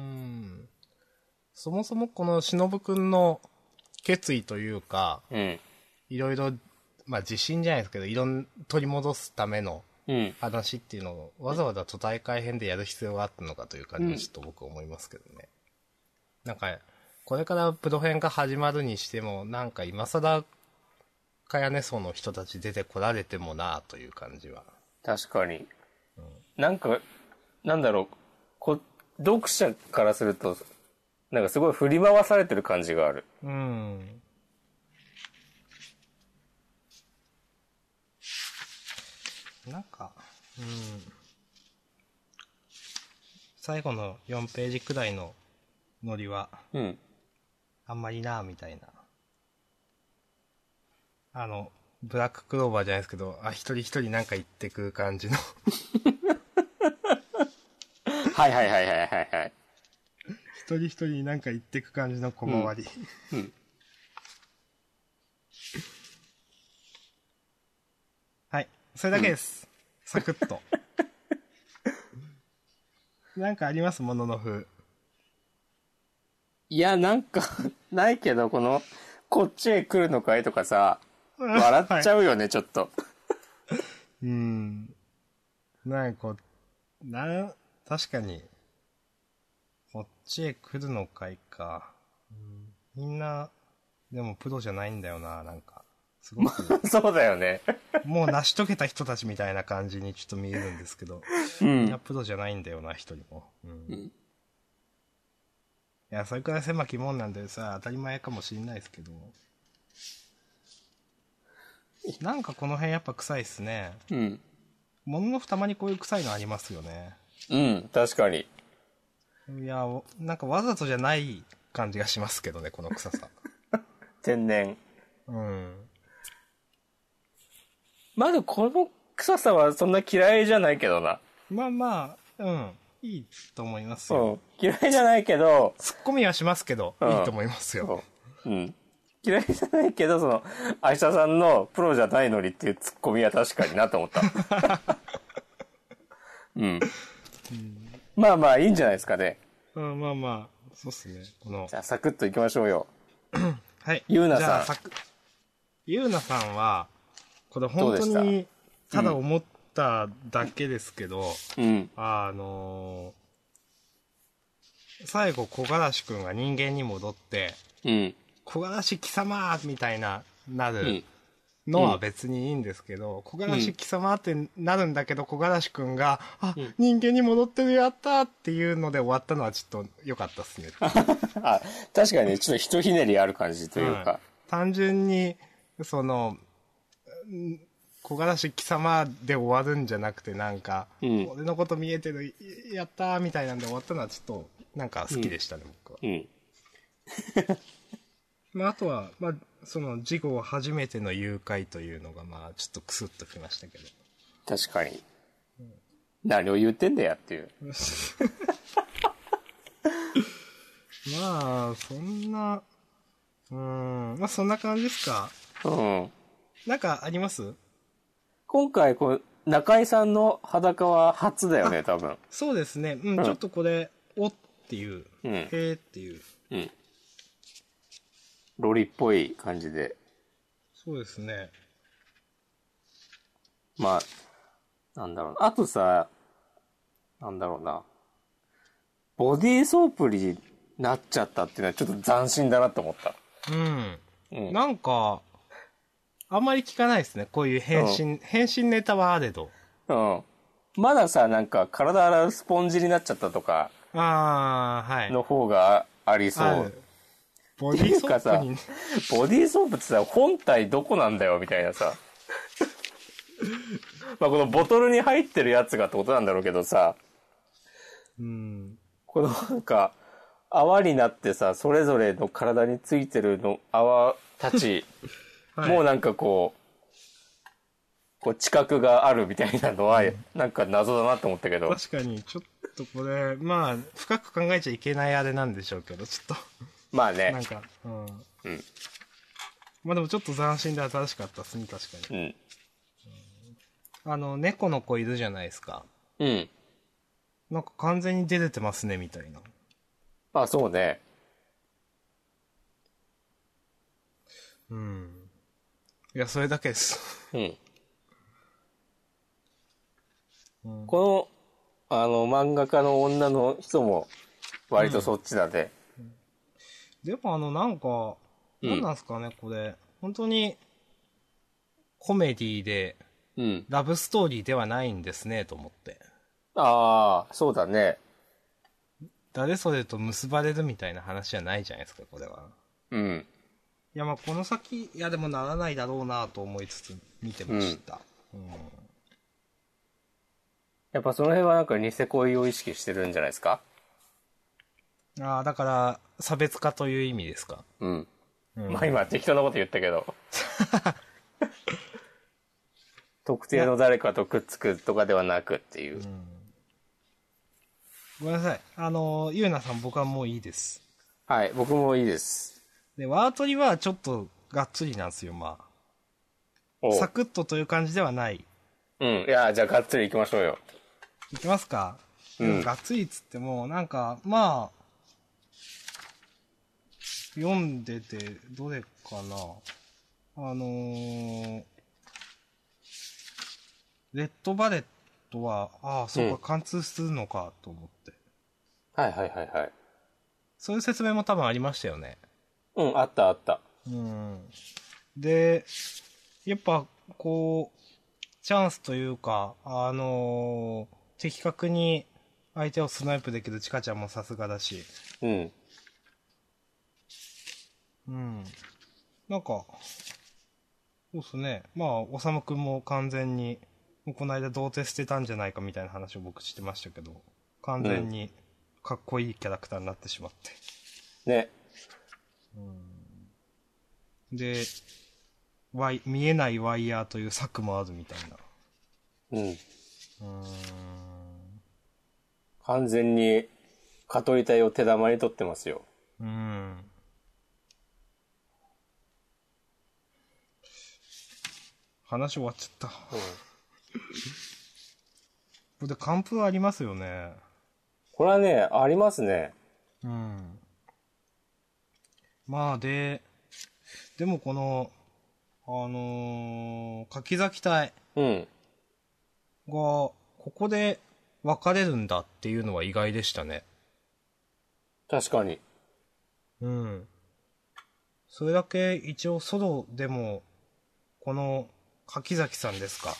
そもそもこの忍くんの決意というか、
うん。
いろいろ、まあ自信じゃないですけど、取り戻すための
うん。
話っていうのをわざわざ都大会編でやる必要があったのかという感じはちょっと僕は思いますけどね。なんか、これからプロ編が始まるにしても、なんか今更、かやね層の人たち出てこられてもなぁという感じは。
確かに。なんか、なんだろう、読者からすると、なんかすごい振り回されてる感じがある。
なんか、最後の4ページくらいのノリは、
うん。
あんまりなぁみたいな。ブラッククローバーじゃないですけど、一人一人なんか言ってく感じの。
はいはいはいはいはいはい。
一人一人なんか言ってく感じの小回り。はい。それだけです。サクッと。なんかありますものの風。
いや、なんか、ないけど、こっちへ来るのかいとかさ、笑っちゃうよね、はい、ちょっと。
なんか確かに、こっちへ来るのかいか。みんな、でもプロじゃないんだよな、なんか。すごく。
そうだよね。
もう成し遂げた人たちみたいな感じにちょっと見えるんですけど。みんなプロじゃないんだよな、一人も。いや、それくらい狭きもんなんでさ、当たり前かもしれないですけど。なんかこの辺やっぱ臭いっすね。もののふたまにこういう臭いのありますよね。
確かに。
いや、なんかわざとじゃない感じがしますけどね、この臭さ。
天然。まだこの臭さはそんな嫌いじゃないけどな。
まあまあ、いいと思いますよ。
嫌いじゃないけど。
ツッコミはしますけど、いいと思いますよ。
嫌いじゃないけど、愛車さんのプロじゃないのにっていうツッコミは確かになと思った。まあまあいいんじゃないですかね。
まあまあ、そうっすね。
じゃあサクッといきましょうよ。
はい。
ゆうなさん。
ゆうなさんは、これ本当に、ただ思っただけですけど、最後、小柄しくんが人間に戻って、小柄し貴様みたいなるのは別にいいんですけど、小柄し貴様ってなるんだけど、小柄しくんが、人間に戻ってるやったっていうので終わったのはちょっと良かったっすね。
確かにちょっとひとひねりある感じというか。
単純に、 木枯らし貴様で終わるんじゃなくて、なんか、
うん
俺のこと見えてる、やったーみたいなんで終わったのはちょっと、なんか好きでしたね、僕は。
うん。
まあ、あとは、まあ、その、事後初めての誘拐というのが、まあ、ちょっとクスッときましたけど。
確かに。何を言ってんだよっていう。
まあ、そんな、まあそんな感じですか。
うん。
なんかあります？
今回、中井さんの裸は初だよね、多分。
そうですね。ちょっとこれ、おっていう、へーっていう。
うん。ロリっぽい感じで。
そうですね。
まあ、なんだろうな。あとさ、なんだろうな。ボディーソープになっちゃったっていうのはちょっと斬新だなと思った。
なんか、あんまり聞かないですね。こういう変身ネタはあれど。
うん。まださ、なんか体洗うスポンジになっちゃったとか、
はい。
の方がありそう。
ボディーソープに、
ボディーソープってさ、本体どこなんだよみたいなさ。まあこのボトルに入ってるやつがってことなんだろうけどさ。このなんか、泡になってさ、それぞれの体についてるの泡たち、はい、もうなんかこう知覚があるみたいなのは、なんか謎だなと思ったけど。
確かに、ちょっとこれ、まあ、深く考えちゃいけないあれなんでしょうけど、ちょっと。
まあね。
なんか、まあでもちょっと斬新で新しかったですね、確かに。猫の子いるじゃないですか。なんか完全に出てますね、みたいな。
あ、そうね。
いや、それだけです。
この、漫画家の女の人も、割とそっちだね。
でもなんか、なんなんすかね、これ。本当に、コメディで、ラブストーリーではないんですね、と思って。
ああ、そうだね。
誰それと結ばれるみたいな話じゃないじゃないですか、これは。いや、まあこの先、いやでもならないだろうなと思いつつ見てました。
やっぱその辺はなんかニセ恋を意識してるんじゃないですか？
ああ、だから、差別化という意味ですか？
まあ今適当なこと言ったけど。特定の誰かとくっつくとかではなくっていう。
ごめんなさい。ゆうなさん僕はもういいです。
はい、僕もいいです。
で、ワートリはちょっとがっつりなんですよ、まあ。サクッとという感じではない。
いや、じゃあがっつり行きましょうよ。
行きますか？でもがっつりっつっても、なんか、まあ、読んでて、どれかな。レッドバレットは、そうか、貫通するのか、と思って。
はいはいはいはい。
そういう説明も多分ありましたよね。
あったあった。
で、やっぱ、こう、チャンスというか、的確に相手をスナイプできるチカちゃんもさすがだし。なんか、そうっすね。まあ、おさむくんも完全に、この間童貞捨てたんじゃないかみたいな話を僕してましたけど、完全にかっこいいキャラクターになってしまって。
ね。
で、見えないワイヤーという策もあるみたいな。
完全に、蚊取り隊を手玉に取ってますよ。
話終わっちゃった。これで完封ありますよね。
これはね、ありますね。
まあでもこの、柿崎隊が、ここで別れるんだっていうのは意外でしたね。
確かに。
それだけ一応ソロでも、この柿崎さんですか。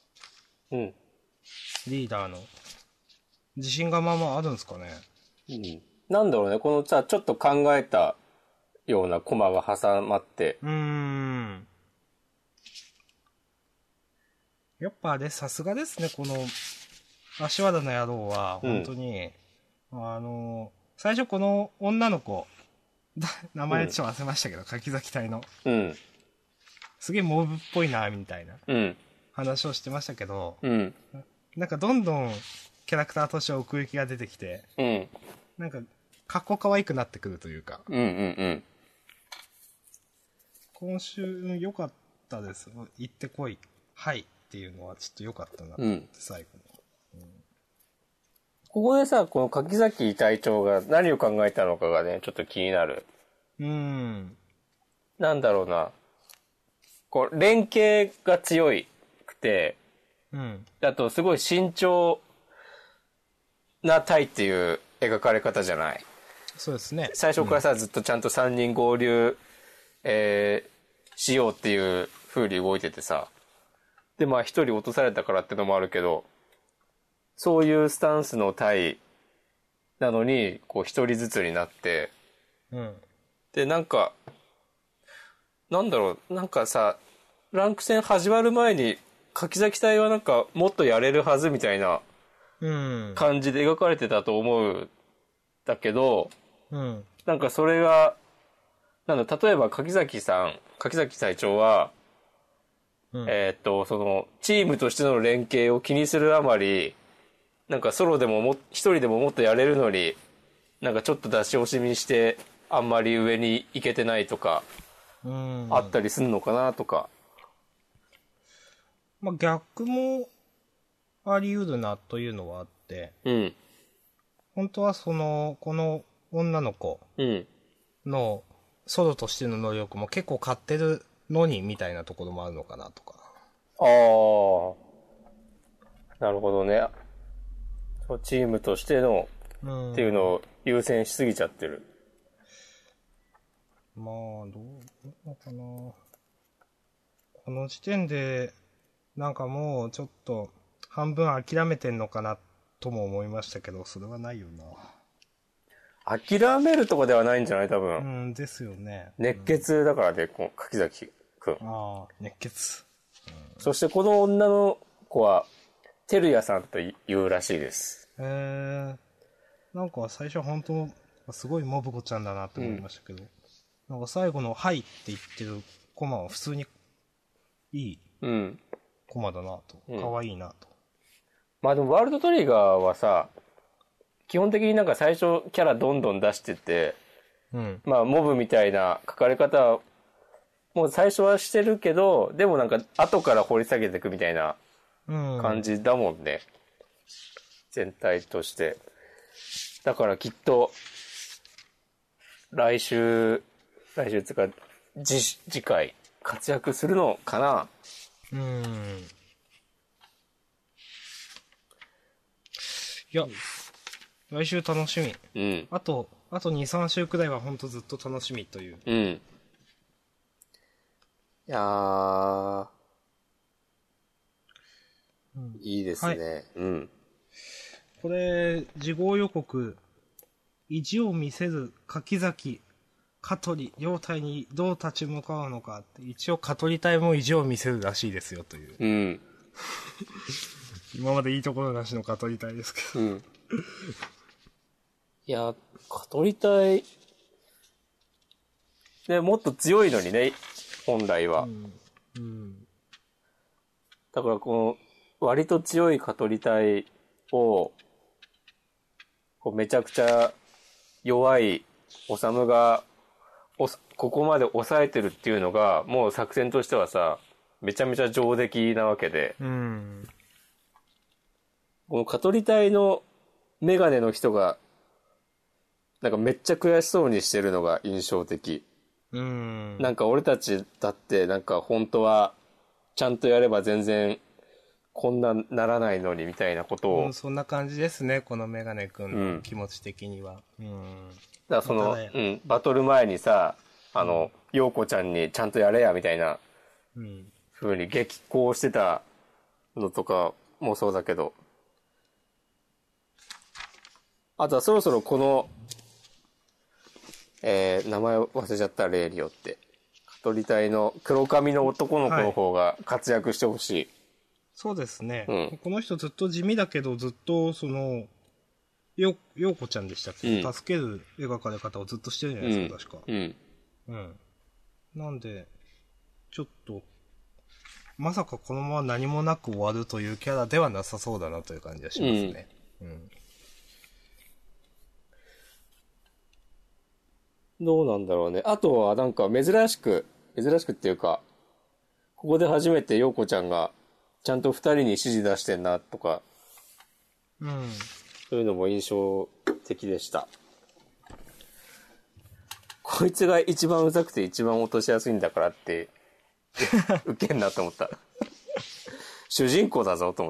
リーダーの。自信がまあまああるんですかね。
なんだろうね、このさ、ちょっと考えたようなコマが挟まって。
やっぱあれ、さすがですね、この、足和田の野郎は、本当に、最初この女の子、名前ちょっと忘れましたけど、柿崎隊の。
うん。
すげえモブっぽいな、みたいな
うん。
話をしてましたけど、
うん。
なんかどんどんキャラクターとして奥行きが出てきて、
うん。
なんか、かっこ可愛くなってくるというか。
うんうんうん。
今週良かったです。行ってこい。はいっていうのはちょっと良かったなと思って、最後に。
ここでさ、この柿崎隊長が何を考えたのかがね、ちょっと気になる。なんだろうな。こう、連携が強くて、あとすごい慎重な隊っていう描かれ方じゃない。
そうですね。
最初からさ、ずっとちゃんと3人合流、しようっていう風に動いててさ。で、まあ一人落とされたからってのもあるけど、そういうスタンスの隊なのに、こう一人ずつになって、で、なんか、なんだろう、なんかさ、ランク戦始まる前に、柿崎隊はなんかもっとやれるはずみたいな感じで描かれてたと思うんだけど、なんかそれが、例えば柿崎隊長は、その、チームとしての連携を気にするあまり、なんかソロでも一人でももっとやれるのに、なんかちょっと出し惜しみして、あんまり上に行けてないとか、あったりするのかなとか。
まあ逆もあり得るなというのはあって、本当はこの女の子のソロとしての能力も結構買ってるのにみたいなところもあるのかなとか。
ああ、なるほどね。チームとしてのっていうのを優先しすぎちゃってる。
まあ、どうなのかな。この時点で、なんかもうちょっと半分諦めてんのかなとも思いましたけど、それはないよな。
諦めるとかではないんじゃない多分。
ですよね。
熱血だからね、柿崎くん。
ああ、熱血。
そしてこの女の子は、てるやさんと言うらしいです。
なんか最初本当、すごいモブ子ちゃんだなって思いましたけど、なんか最後のはいって言ってるコマは普通にいいコマだなと。可愛いなと。
まあでもワールドトリガーはさ、基本的になんか最初キャラどんどん出してて、まあモブみたいな書かれ方はもう最初はしてるけど、でもなんか後から掘り下げていくみたいな感じだもんね。全体として。だからきっと、来週つうか、次回活躍するのかな。
いや、来週楽しみ。あと2、3週くらいは本当ずっと楽しみという。
いやー、いいですね。
これ、事後予告、意地を見せる柿崎、香取、両隊にどう立ち向かうのかって、一応香取隊も意地を見せるらしいですよという。今までいいところなしの香取隊ですけど。
いや、香取隊、ね、もっと強いのにね、本来は。だからこの、割と強い香取隊を、こうめちゃくちゃ弱いオサムがここまで抑えてるっていうのがもう作戦としてはさめちゃめちゃ上出来なわけで、この香取隊のメガネの人がなんかめっちゃ悔しそうにしてるのが印象的。なんか俺たちだってなんか本当はちゃんとやれば全然こんなならないのにみたいなことを、
そんな感じですね、このメガネくんの気持ち的には。
だからその、バトル前にさ、陽子ちゃんにちゃんとやれやみたいな風に激高してたのとかもそうだけど、あとはそろそろこの、名前忘れちゃったレイリオって、香取隊の黒髪の男の子の方が活躍してほしい。
そうですね。
うん
この人ずっと地味だけど、ずっと、ようこちゃんでしたっけ、
うん
助ける描かれ方をずっとしてるじゃないですか、確か。
うん。
うん。なんで、ちょっと、まさかこのまま何もなく終わるというキャラではなさそうだなという感じがしますね。
どうなんだろうね。あとはなんか珍しくっていうか、ここで初めて陽子ちゃんがちゃんと二人に指示出してんなとか、
うん。
そういうのも印象的でした。こいつが一番うざくて一番落としやすいんだからって、ウケんなと思った。主人公だぞと思って。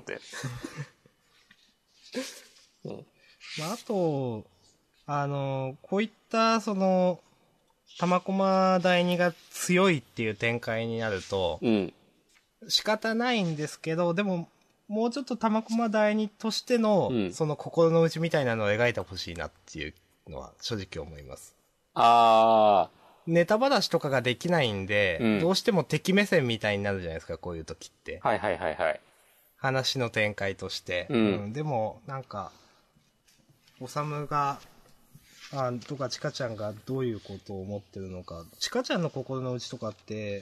まあ、あと、こういった玉駒第二が強いっていう展開になると、
うん。
仕方ないんですけど、でも、もうちょっと玉駒第二としての、
うん
その心の内みたいなのを描いてほしいなっていうのは正直思います。
あ
ネタ話とかができないんで、
うん
どうしても敵目線みたいになるじゃないですか、こういう時って。
はいはいはいはい。
話の展開として。でも、なんか、おさむが、とか、ちかちゃんがどういうことを思ってるのか。ちかちゃんの心の内とかって、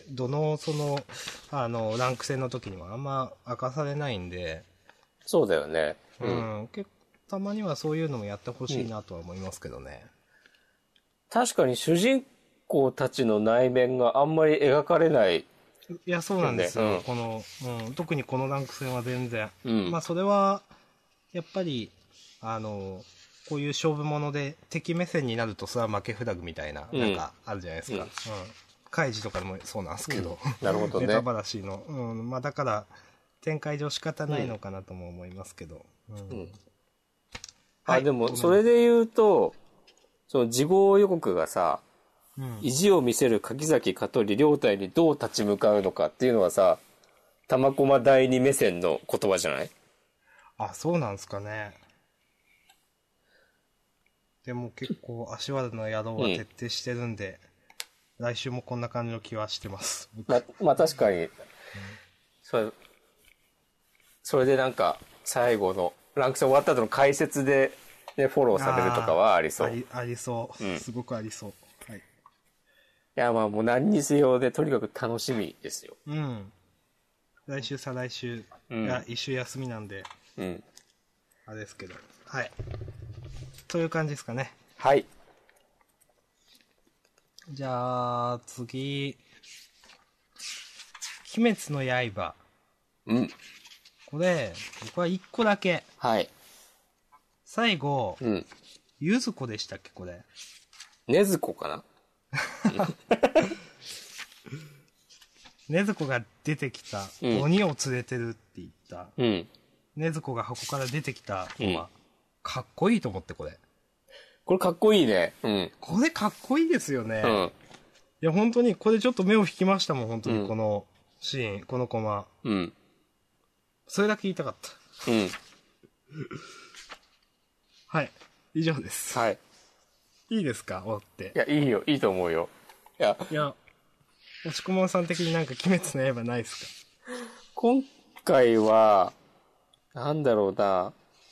どの、ランク戦の時にもあんま明かされないんで、
そうだよね。
結構、たまにはそういうのもやってほしいなとは思いますけどね。
確かに主人公たちの内面があんまり描かれない。
いや、そうなんですよ。特にこのランク戦は全然。まあ、それは、やっぱり、こういう勝負物で敵目線になるとそれは負けフラグみたいな、なんかあるじゃないですか。カイジとかでもそうなんですけど。
なるほどね。
ネタ話の。まあだから、展開上仕方ないのかなとも思いますけど。
でも、それで言うと、その事後予告がさ、意地を見せる柿崎香取両隊にどう立ち向かうのかっていうのはさ、玉駒第二目線の言葉じゃない？
あ、そうなんですかね。でも結構足技の野郎は徹底してるんで、来週もこんな感じの気はしてます。
まあ確かに、それでなんか最後のランク戦終わった後の解説で、ね、フォローされるとかはありそう。
ありそう、すごくありそう。はい。い
やまあもう何にせよでとにかく楽しみですよ。
来週再来週が一週休みなんで、あれですけど。はい。という感じですかね。
はい。
じゃあ、次。鬼滅の刃。これ、僕は一個だけ。
はい。
最後、ゆずこでしたっけ、これ。
ねずこかな
ねずこが出てきた、鬼を連れてるって言った。ねずこが箱から出てきたのは、かっこいいと思って、これ。
これかっこいいね。
これかっこいいですよね。いや、本当に、これちょっと目を引きましたもん、本当に、このシーン、このコマ。それだけ言いたかった。はい。以上です。
はい。
いいですか、終わって。
いや、いいよ。いいと思うよ。
いや、押し込まんさん的になんか鬼滅の刃ないですか？
今回は、なんだろうな。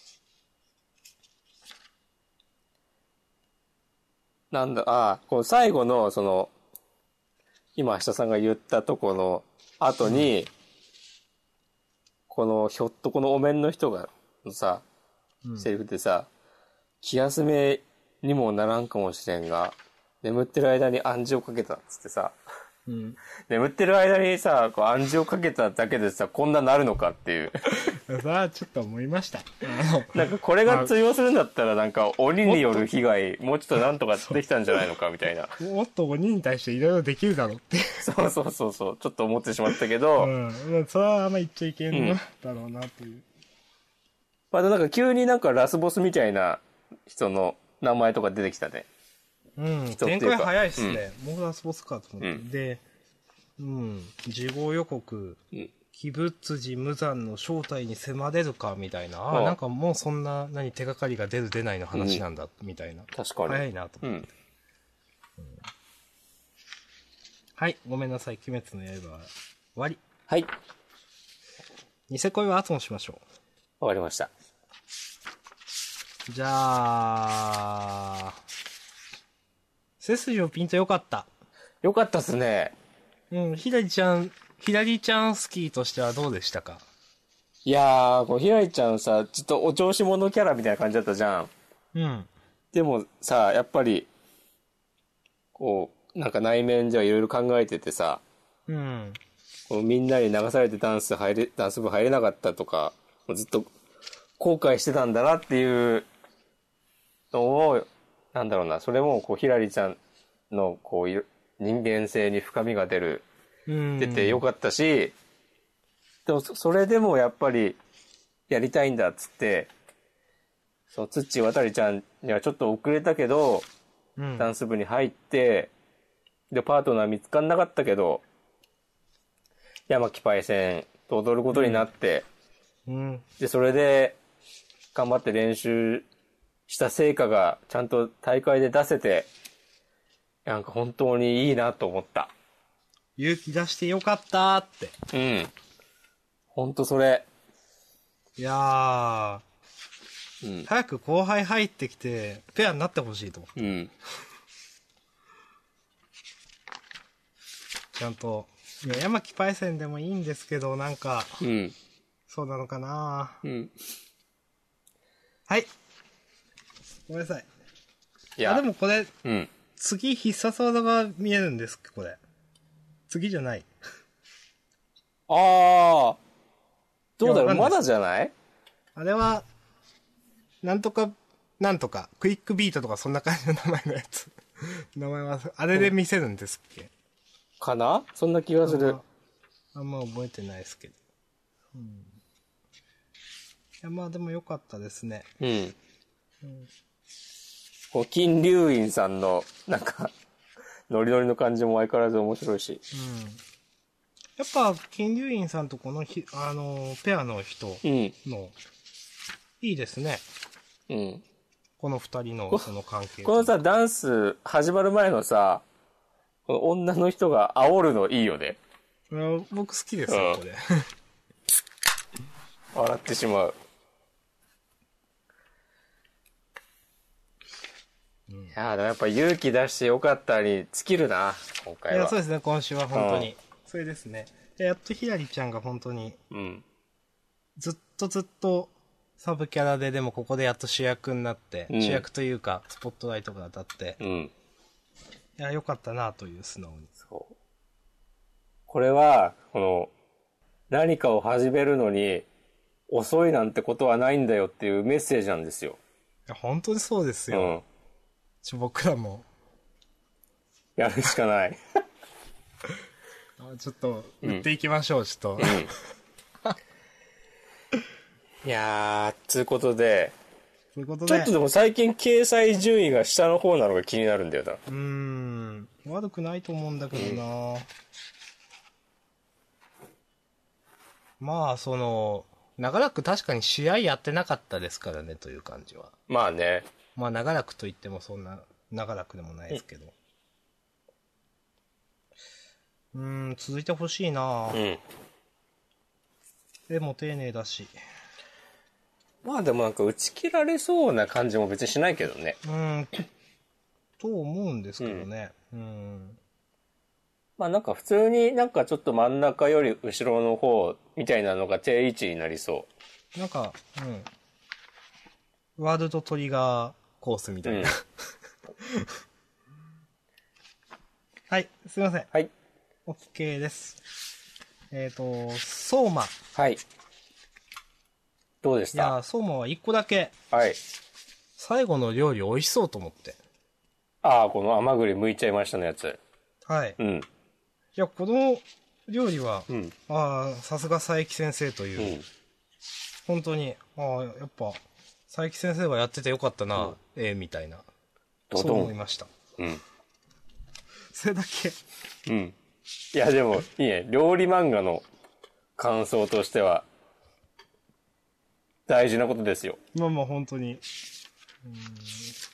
この最後の、今、明日さんが言ったとこの後に、このお面の人が、さ、セリフでさ、気休めにもならんかもしれんが、眠ってる間に暗示をかけたっつってさ、眠ってる間にさ、こう暗示をかけただけでさ、こんななるのかっていう。
さあ、ちょっと思いました。
なんかこれが通用するんだったら、なんか鬼による被害、もうちょっとなんとかできたんじゃないのかみたいな。
もっと鬼に対していろいろできるだろうって。
そう、ちょっと思ってしまったけど。
それはあんま言っちゃいけんのだろうなという。
またなんか急になんかラスボスみたいな人の名前とか出てきたね。
展開早いっすね。もうラスボスかと思って。で、事後予告、鬼仏寺無惨の正体に迫れるかみたいな。なんかもうそんな、手がかりが出る出ないの話なんだ、みたいな。
確かに。
早いなと思って。はい、ごめんなさい。鬼滅の刃は終わり。
はい。
ニセ恋は後にしましょ
わかりました。
う。じゃあ、背筋をピンとよかった。
よかったっすね。
うん、ひらりちゃんスキーとしてはどうでしたか？
いやー、このひらりちゃんさ、ちょっとお調子者キャラみたいな感じだったじゃん。
うん。
でもさ、やっぱり、こう、なんか内面ではいろいろ考えててさ、
うん。
こうみんなに流されてダンス部入れなかったとか、もうずっと後悔してたんだなっていうのを、なんだろうな、それもこうひらりちゃんのこう人間性に深みが出てよかったし、でもそれでもやっぱりやりたいんだっつって、そのつっちーわたりちゃんにはちょっと遅れたけど、ダンス部に入って、で、パートナー見つかんなかったけど、山木パイセンと踊ることになって、で、それで頑張って練習した成果がちゃんと大会で出せて、なんか本当にいいなと思った。
勇気出してよかったって。
うん。ほんとそれ。
いや
ー、うん、
早く後輩入ってきて、ペアになってほしいと。
うん。
ちゃんと、いや、山木パイセンでもいいんですけど、なんか、
うん。
そうなのかな。
うん。
はい。ごめんなさい。
いや、
でもこれ、
うん。
次必殺技が見えるんですか、これ。次じゃない。
あー。どうだろう、まだじゃない？
あれは、なんとか、クイックビートとかそんな感じの名前のやつ。名前は、あれで見せるんですっけ？
かな？そんな気がする。
あんま覚えてないですけど。いや、まあでも良かったですね。
うん。こう金龍院さんの、なんか、ノリノリの感じも相変わらず面白いし。
やっぱ、金龍院さんとこのペアの人の、いいですね。
うん。
この二人のその関係。
このさ、ダンス始まる前のさ、この女の人が煽るのいいよね。
僕好きですよ、これ。
笑ってしまう。いやー、でもやっぱ勇気出してよかったに尽きるな、今回は。
いや、そうですね、今週は本当に。それですね。やっとひらりちゃんが本当に、ずっとサブキャラで、でもここでやっと主役になって、主役というか、スポットライトが当たって、いや、よかったなという素直に。
そう。これは、この、何かを始めるのに、遅いなんてことはないんだよっていうメッセージなんですよ。
いや、本当にそうですよ。僕らも。
やるしかない。
ちょっと、売っていきましょう、ちょっと。
いやー、つうことで、
ちょっと
でも最近掲載順位が下の方なのが気になるんだよ
な。悪くないと思うんだけどな。まあ、長らく確かに試合やってなかったですからね、という感じは。
まあね。
まあ、長らくと言ってもそんな、長らくでもないですけど。続いてほしいな。絵も丁寧だし。
まあでもなんか打ち切られそうな感じも別にしないけどね。
と思うんですけどね。
まあなんか普通になんかちょっと真ん中より後ろの方みたいなのが定位置になりそう。
なんか、ワールドトリガーコースみたいな。はい、すいません。
はい。
OK です。相馬。
はい。どうでした？
いや、相馬は一個だけ。
はい。
最後の料理美味しそうと思って。
ああ、この甘栗剥いちゃいましたのやつ。
はい。いや、この料理は、さすが佐伯先生という、本当に、やっぱ、佐伯先生がやっててよかったな、みたいな。そう思いました。それだけ。
いや、でも、いいね。料理漫画の感想としては、大事なことですよ。
まあまあ、本当に。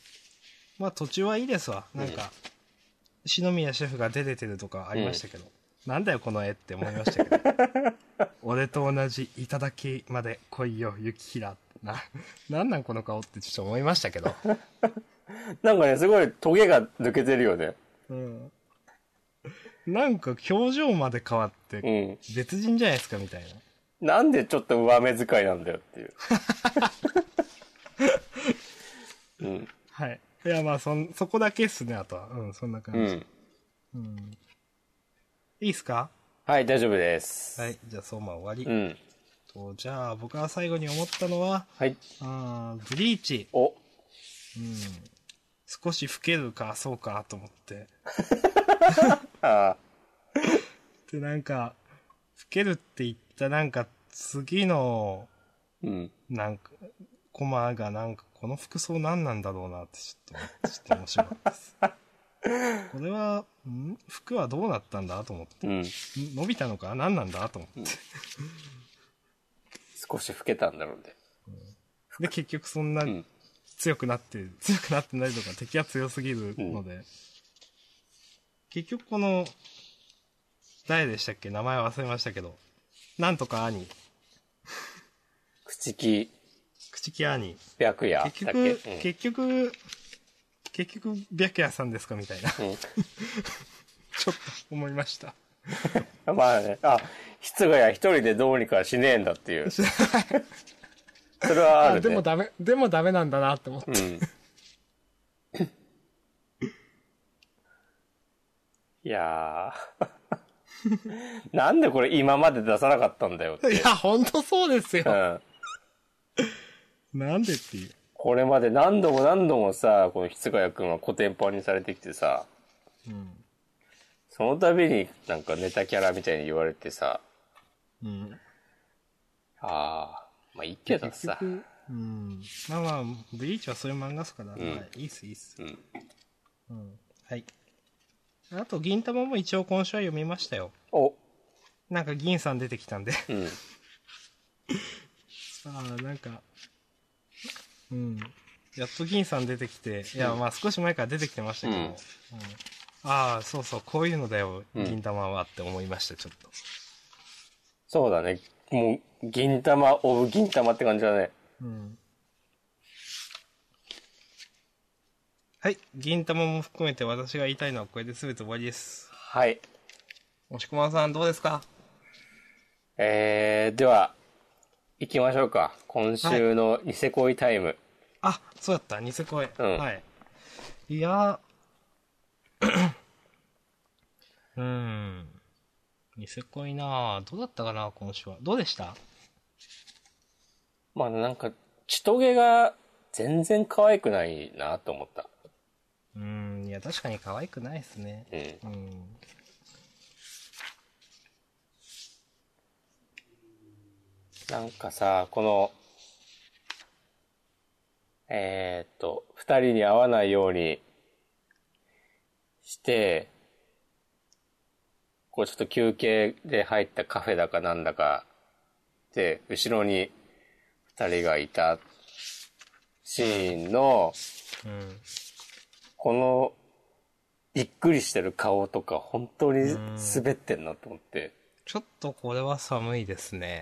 まあ、途中はいいですわ。なんか、篠宮シェフが出てるとかありましたけど。 なんだよこの絵って思いましたけど。俺と同じ頂まで来いよ、雪平。なんなんこの顔ってちょっと思いましたけど。
なんかね、すごいトゲが抜けてるよね。
うん。なんか表情まで変わって、別人じゃないですかみたい
な。なんでちょっと上目遣いなんだよっていう。うん。
はい。いや、まあ、そこだけっすね、あとは。うん、そんな感じ。うん。いいっすか？
はい、大丈夫です。
はい、じゃあ、相馬終わり。
うん。
じゃあ、僕が最後に思ったのは、
はい。
ブリーチ。
お。
うん。少し老けるか、そうか、と思って。
ああ。
で、なんか、老けるって言ったなんか、次の、なんか、コマがなんか、この服装何なんだろうなってちょっと面白かったです。これは、服はどうなったんだと思って。伸びたのか何なんだと思って。
少し老けたんだろうね。
で、結局そんな、強くなってないとか敵が強すぎるので、結局この、誰でしたっけ？名前忘れましたけど、なんとか兄。
朽木
兄。
白夜だっけ？
結局、白夜さんですかみたいな。ちょっと思いました。
まあね、室ヶ谷一人でどうにかしねえんだっていう。それはあるね。
でもダメなんだなって思って。
いやー。なんでこれ今まで出さなかったんだよって。
いや、ほんとそうですよ。なんでっていう。
これまで何度もさ、この室ヶ谷くんはコテンパンにされてきてさ、その度になんかネタキャラみたいに言われてさ、まあいいけどさ。
まあまあ、ブリーチはそういう漫画っすから、まあいいっす。はい。あと、銀玉も一応今週は読みましたよ。なんか銀さん出てきたんで。なんか、やっと銀さん出てきて、いや、まあ少し前から出てきてましたけど、そうそう、こういうのだよ、銀玉はって思いました、ちょっと。
そうだね。もう、銀玉、オブ銀玉って感じだね。
はい。銀玉も含めて私が言いたいのはこれで全て終わりです。
はい。
もしこまさんどうですか？
では、行きましょうか。今週のニセ恋タイム。
そうだった、ニセ恋。はい。いや、ニセ恋なぁ。どうだったかな、今週は。どうでした？
まあなんか、ちとげが全然可愛くないなと思った。
いや、確かに可愛くないですね。
なんかさ、この、二人に会わないようにして、こうちょっと休憩で入ったカフェだかなんだかで、後ろに二人がいたシーンの、この、びっくりしてる顔とか本当に滑ってんなと思って。
ちょっとこれは寒いですね。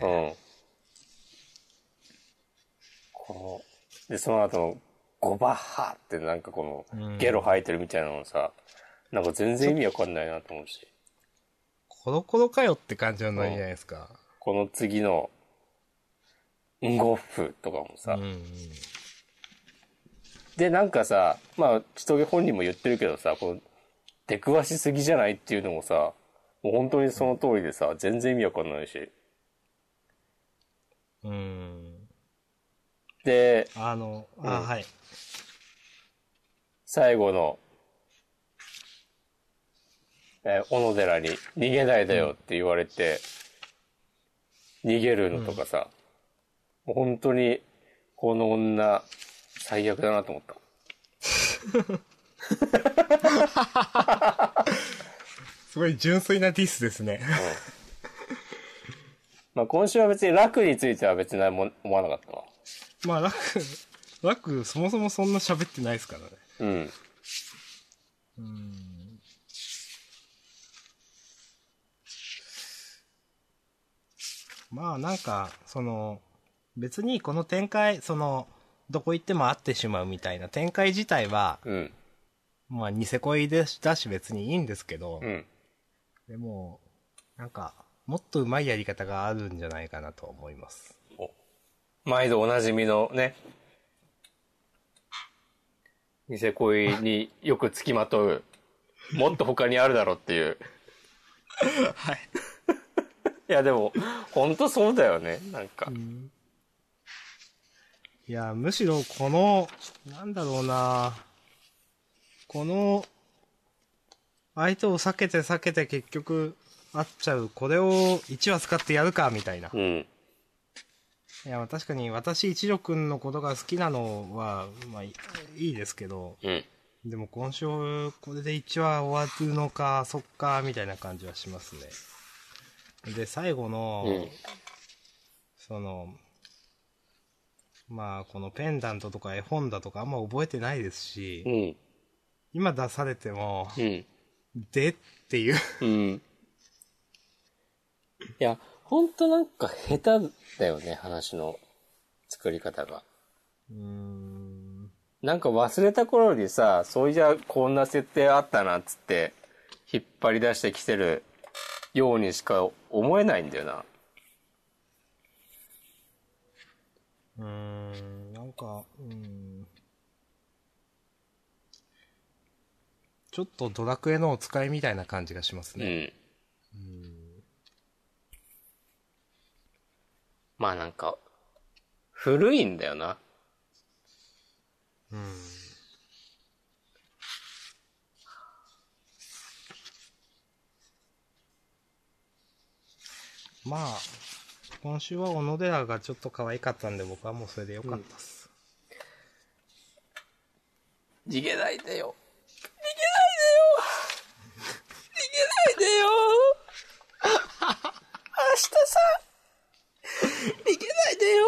で、その後の、ゴバッハってなんかこの、ゲロ吐いてるみたいなのさ、なんか全然意味わかんないなと思うし。
コロコロかよって感じはないじゃないですか。
この次の、ンゴッフとかもさ。で、なんかさ、まあ、ちとげ本人も言ってるけどさ、こう、出くわしすぎじゃないっていうのもさ、もう本当にその通りでさ、全然意味わかんないし。で、
はい。
最後の、小野寺に逃げないでよって言われて、逃げるのとかさ、もう本当に、この女、最悪だなと思った。
すごい純粋なディスですね。
まあ今週は別に楽については別に何も思わなかったわ。
まあ楽そもそもそんな喋ってないですからね。 まあなんか、別にこの展開、どこ行っても会ってしまうみたいな展開自体は、
うん。
まあニセ恋だし別にいいんですけど、
うん。
でも、なんか、もっと上手いやり方があるんじゃないかなと思います。
毎度おなじみのね、ニセ恋によくつきまとう、もっと他にあるだろっていう。
はい。
いやでも、ほんとそうだよね、なんか。
いや、むしろなんだろうな、相手を避けて結局会っちゃう、これを1話使ってやるか、みたいな。
うん。
いや、確かに私一路くんのことが好きなのは、まあいいですけど、
うん。
でも今週これで1話終わるのか、そっか、みたいな感じはしますね。で、最後の、まあこのペンダントとか絵本だとかあんま覚えてないですし、
うん。
今出されても、
うん。
でっていう。
うん。いや、ほんとなんか下手だよね、話の作り方が。なんか忘れた頃にさ、そういじゃこんな設定あったなっつって、引っ張り出してきてるようにしか思えないんだよな。
なんか、ちょっとドラクエのお使いみたいな感じがしますね。
まあなんか、古いんだよな。
まあ、今週は小野寺がちょっと可愛かったんで僕はもうそれでよかったっす。
逃げないでよ。逃げないでよ。逃げないでよ。明日さ、逃げないでよ。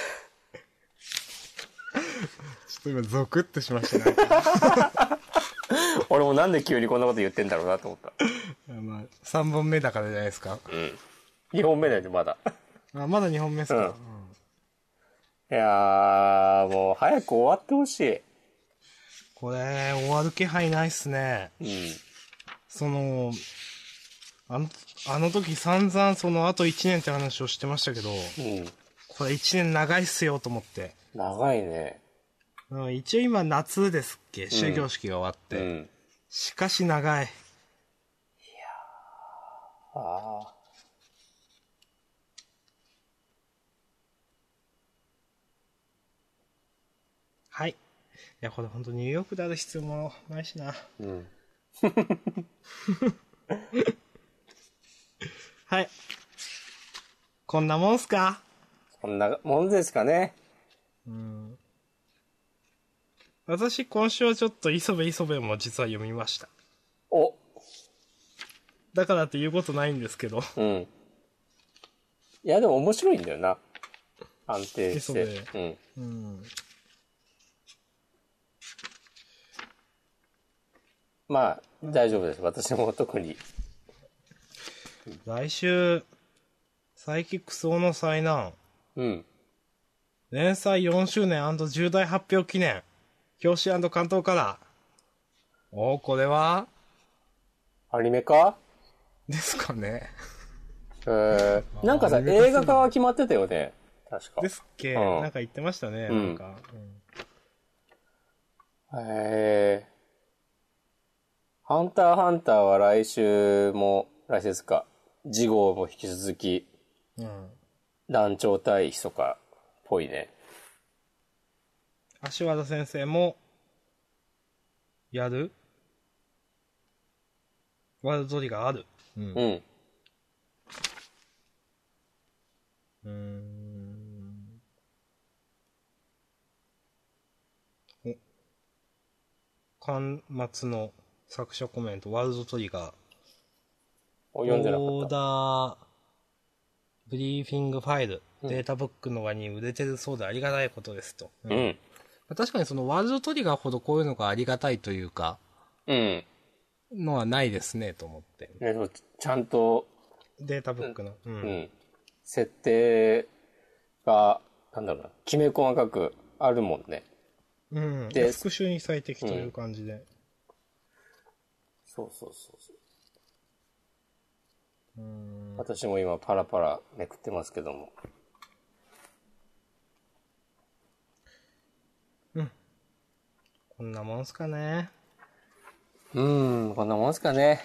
ちょっと今ゾクッとしましたね。
俺もなんで急にこんなこと言ってんだろうなと思った。
まあ、3本目だからじゃないですか。
うん。2本目だよ、まだ。
まだ2本目ですか。
いやー、もう早く終わってほしい。
これ、終わる気配ないっすね。あの時散々あと1年って話をしてましたけど、これ1年長いっすよと思って。
長いね。
一応今夏ですっけ、終業式が終わって。しかし長い。いや
ああ。
はい。いや、これ本当ニューヨークである必要もないしな。はい。こんなもんすか？
そんなもんですかね。
私今週はちょっと磯部も実は読みました。
お。
だからって言うことないんですけど。
いやでも面白いんだよな。安定して。まあ、大丈夫です。私も特に。
来週、サイキックス王の災難。連載4周年&重大発表記念。表紙関東カラー。これは
アニメ化
ですかね。
なんかさ、映画化は決まってたよね。確か。
ですっけ、なんか言ってましたね、なんか。
ハンターハンターは来週ですか。次号も引き続き、団長対ひそかっぽいね。
足和田先生も、やるワールドトリガーある。巻末の作者コメント、ワールドトリガー。
読んでなかった。
オーダー、ブリーフィングファイル、データブックの輪に売れてるそうでありがたいことですと。確かにワールドトリガーほどこういうのがありがたいというか、のはないですね、と思って。
ちゃんと、
データブックの。
設定が、なんだろうな、きめ細かくあるもんね。
うん。
で
復習に最適という感じで。
そうそうそうそう。私も今パラパラめくってますけども。
こんなもんすかね。
こんなもんすかね。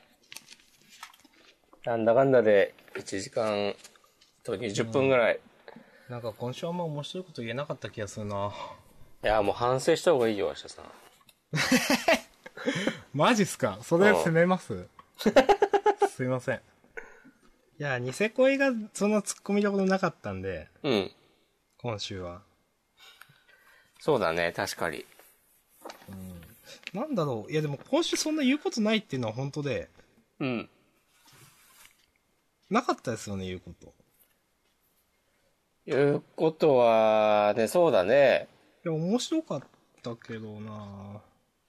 なんだかんだで1時間と20分ぐらい。
なんか今週あんま面白いこと言えなかった気がするな。
いや、もう反省した方がいいよ、明日さん。
マジっすか？それ責めます？すいません。いや、ニセ恋がその突っ込みどころなかったんで、
うん。
今週は。
そうだね、確かに。
なんだろう。いやでも今週そんな言うことないっていうのは本当で、
うん。
なかったですよね、言うこと。
いうことは、ね、そうだね。
いや、面白かったけどな。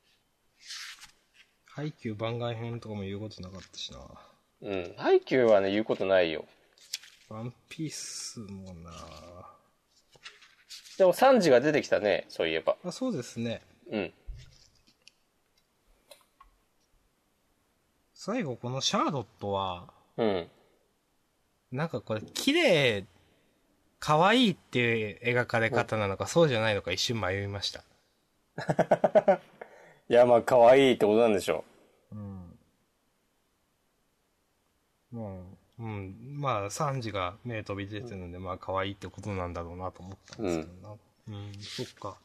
ハイキュー番外編とかも言うことなかったしな。
うん。ハイキューはね、言うことないよ。
ワンピースもな。
でもサンジが出てきたね、そういえば。
あ、そうですね。
うん。
最後このシャーロットは、
うん。
なんかこれ綺麗、可愛いっていう描かれ方なのか、そうじゃないのか一瞬迷いました。
いや、まあ、可愛いってことなんでしょ
まあ、サンジが目飛び出てるので、まあ、可愛いってことなんだろうなと思ったんですけどな。そっか。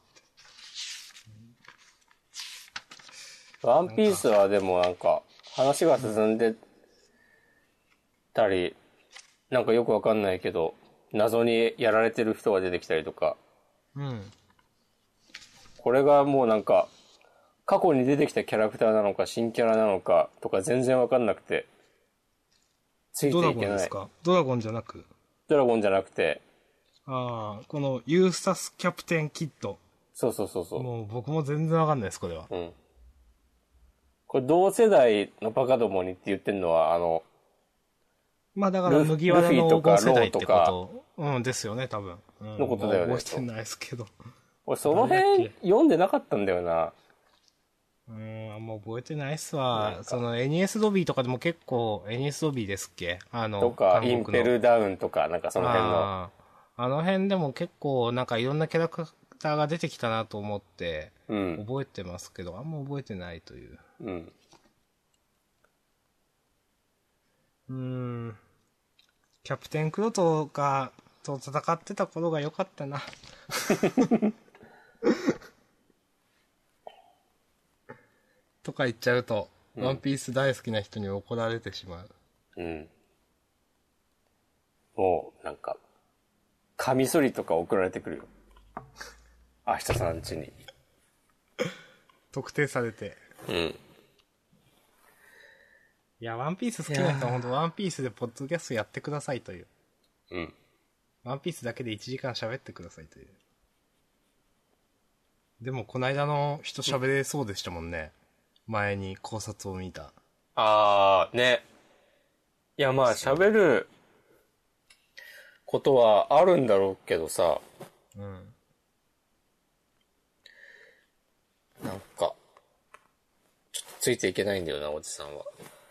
う。ワンピースはでもなんか、話が進んでたり、なんかよくわかんないけど、謎にやられてる人が出てきたりとか。これがもうなんか、過去に出てきたキャラクターなのか、新キャラなのかとか全然わかんなくて。ついていけない。
ドラゴンですか？ドラゴンじゃなく。
ドラゴンじゃなくて。
ああ、このユースタスキャプテンキッド。
そうそうそうそう。
もう僕も全然わかんないです、これは。
これ同世代のバカどもにって言ってんのは、
まあだから麦わらの黄金世代ってことですよね、多分。
のことだよね。
覚えてないですけど。
俺その辺読んでなかったんだよな。
あんま覚えてないっすわ。その NES ロビーとかでも結構、NES ロビーですっけ？
とか、インペルダウンとか、なんかその辺の。
あの辺でも結構なんかいろんなキャラクターが出てきたなと思って、覚えてますけど、あんま覚えてないという。キャプテンクロトが、と戦ってた頃が良かったな。とか言っちゃうと、ワンピース大好きな人に怒られてしまう。
もう、なんか、カミソリとか送られてくるよ。明日さん家に。
特定されて。いや、ワンピース好きな人は本当ワンピースでポッドキャストやってくださいという。ワンピースだけで1時間喋ってくださいという。でも、こないだの人喋れそうでしたもんね。前に考察を見た。
ね。いや、まあ、喋ることはあるんだろうけどさ。なんか、ちょっとついていけないんだよな、おじさんは。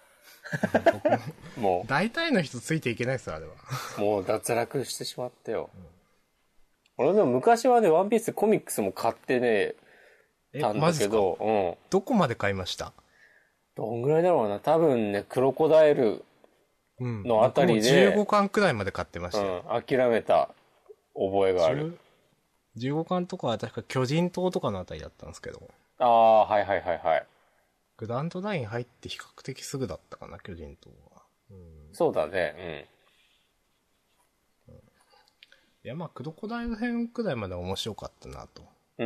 も
う。大体の人ついていけないっすよ、あれは。
もう脱落してしまったよ。俺でも昔はね、ワンピースコミックスも買ってね、たんだけど、
どこまで買いました？
どんぐらいだろうな。多分ね、クロコダイルのあたりで。
15巻くらいまで買ってましたよ。
諦めた覚えがある。
15巻とかは確か巨人島とかのあたりだったんですけど。
はいはいはいはい。
グランドライン入って比較的すぐだったかな、巨人島は。
そうだね、
いや、まあ、クロコダイル編くらいまで面白かったなと。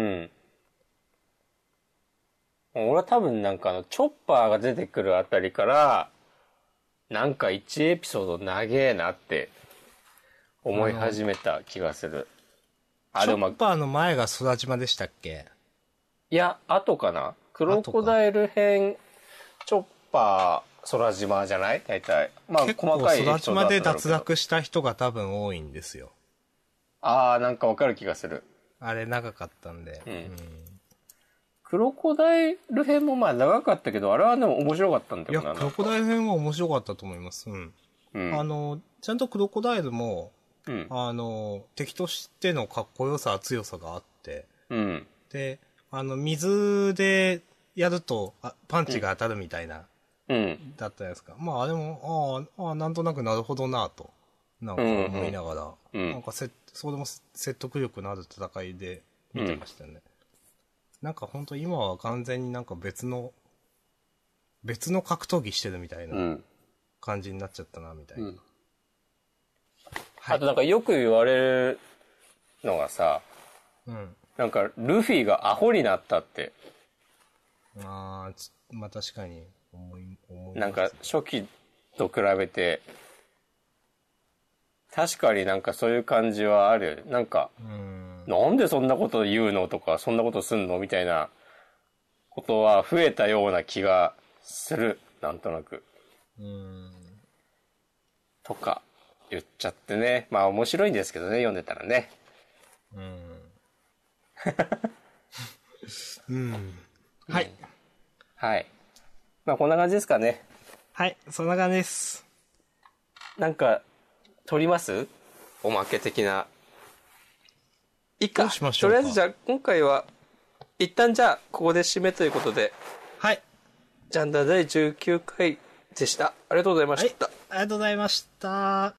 俺は多分なんかチョッパーが出てくるあたりから、なんか1エピソード長えなって思い始めた気がする。
チョッパーの前が空島でしたっけ？
いや、後かな。クロコダイル編、チョッパー空島じゃない大体。まあ、
結構
細かいエピソ
空島で
ードだっただろうけど
脱落した人が多分多いんですよ。
ああ、なんかわかる気がする。
あれ長かったんで。
クロコダイル編もまあ長かったけど、あれはでも面白かったんだ
いや、
よな。
クロコダイル編は面白かったと思います。ちゃんとクロコダイルも、敵としてのかっこよさ、強さがあって、で、水でやるとパンチが当たるみたいな、だったじゃないですか。まあ、あれも、なんとなくなるほどなと、なんか思いながら、なんかそれも説得力のある戦いで見てましたよね。なんか本当今は完全になんか別の格闘技してるみたいな感じになっちゃったな、みたいな。
あとなんかよく言われるのがさ、なんかルフィがアホになったって。
まあ確かに思い
なんか初期と比べて、確かになんかそういう感じはある。なんか、なんでそんなこと言うのとか、そんなことすんのみたいなことは増えたような気がする。なんとなく。とか言っちゃってね。まあ面白いんですけどね、読んでたらね。
はい。
はい。まあこんな感じですかね。
はい、そんな感じです。
なんか、撮りますおまけ的な。いいか。
どうしましょうか。
とりあえずじゃあ今回は、一旦じゃあここで締めということで。
はい。
ジャンダー第19回でした。ありがとうございました。
はい、ありがとうございました。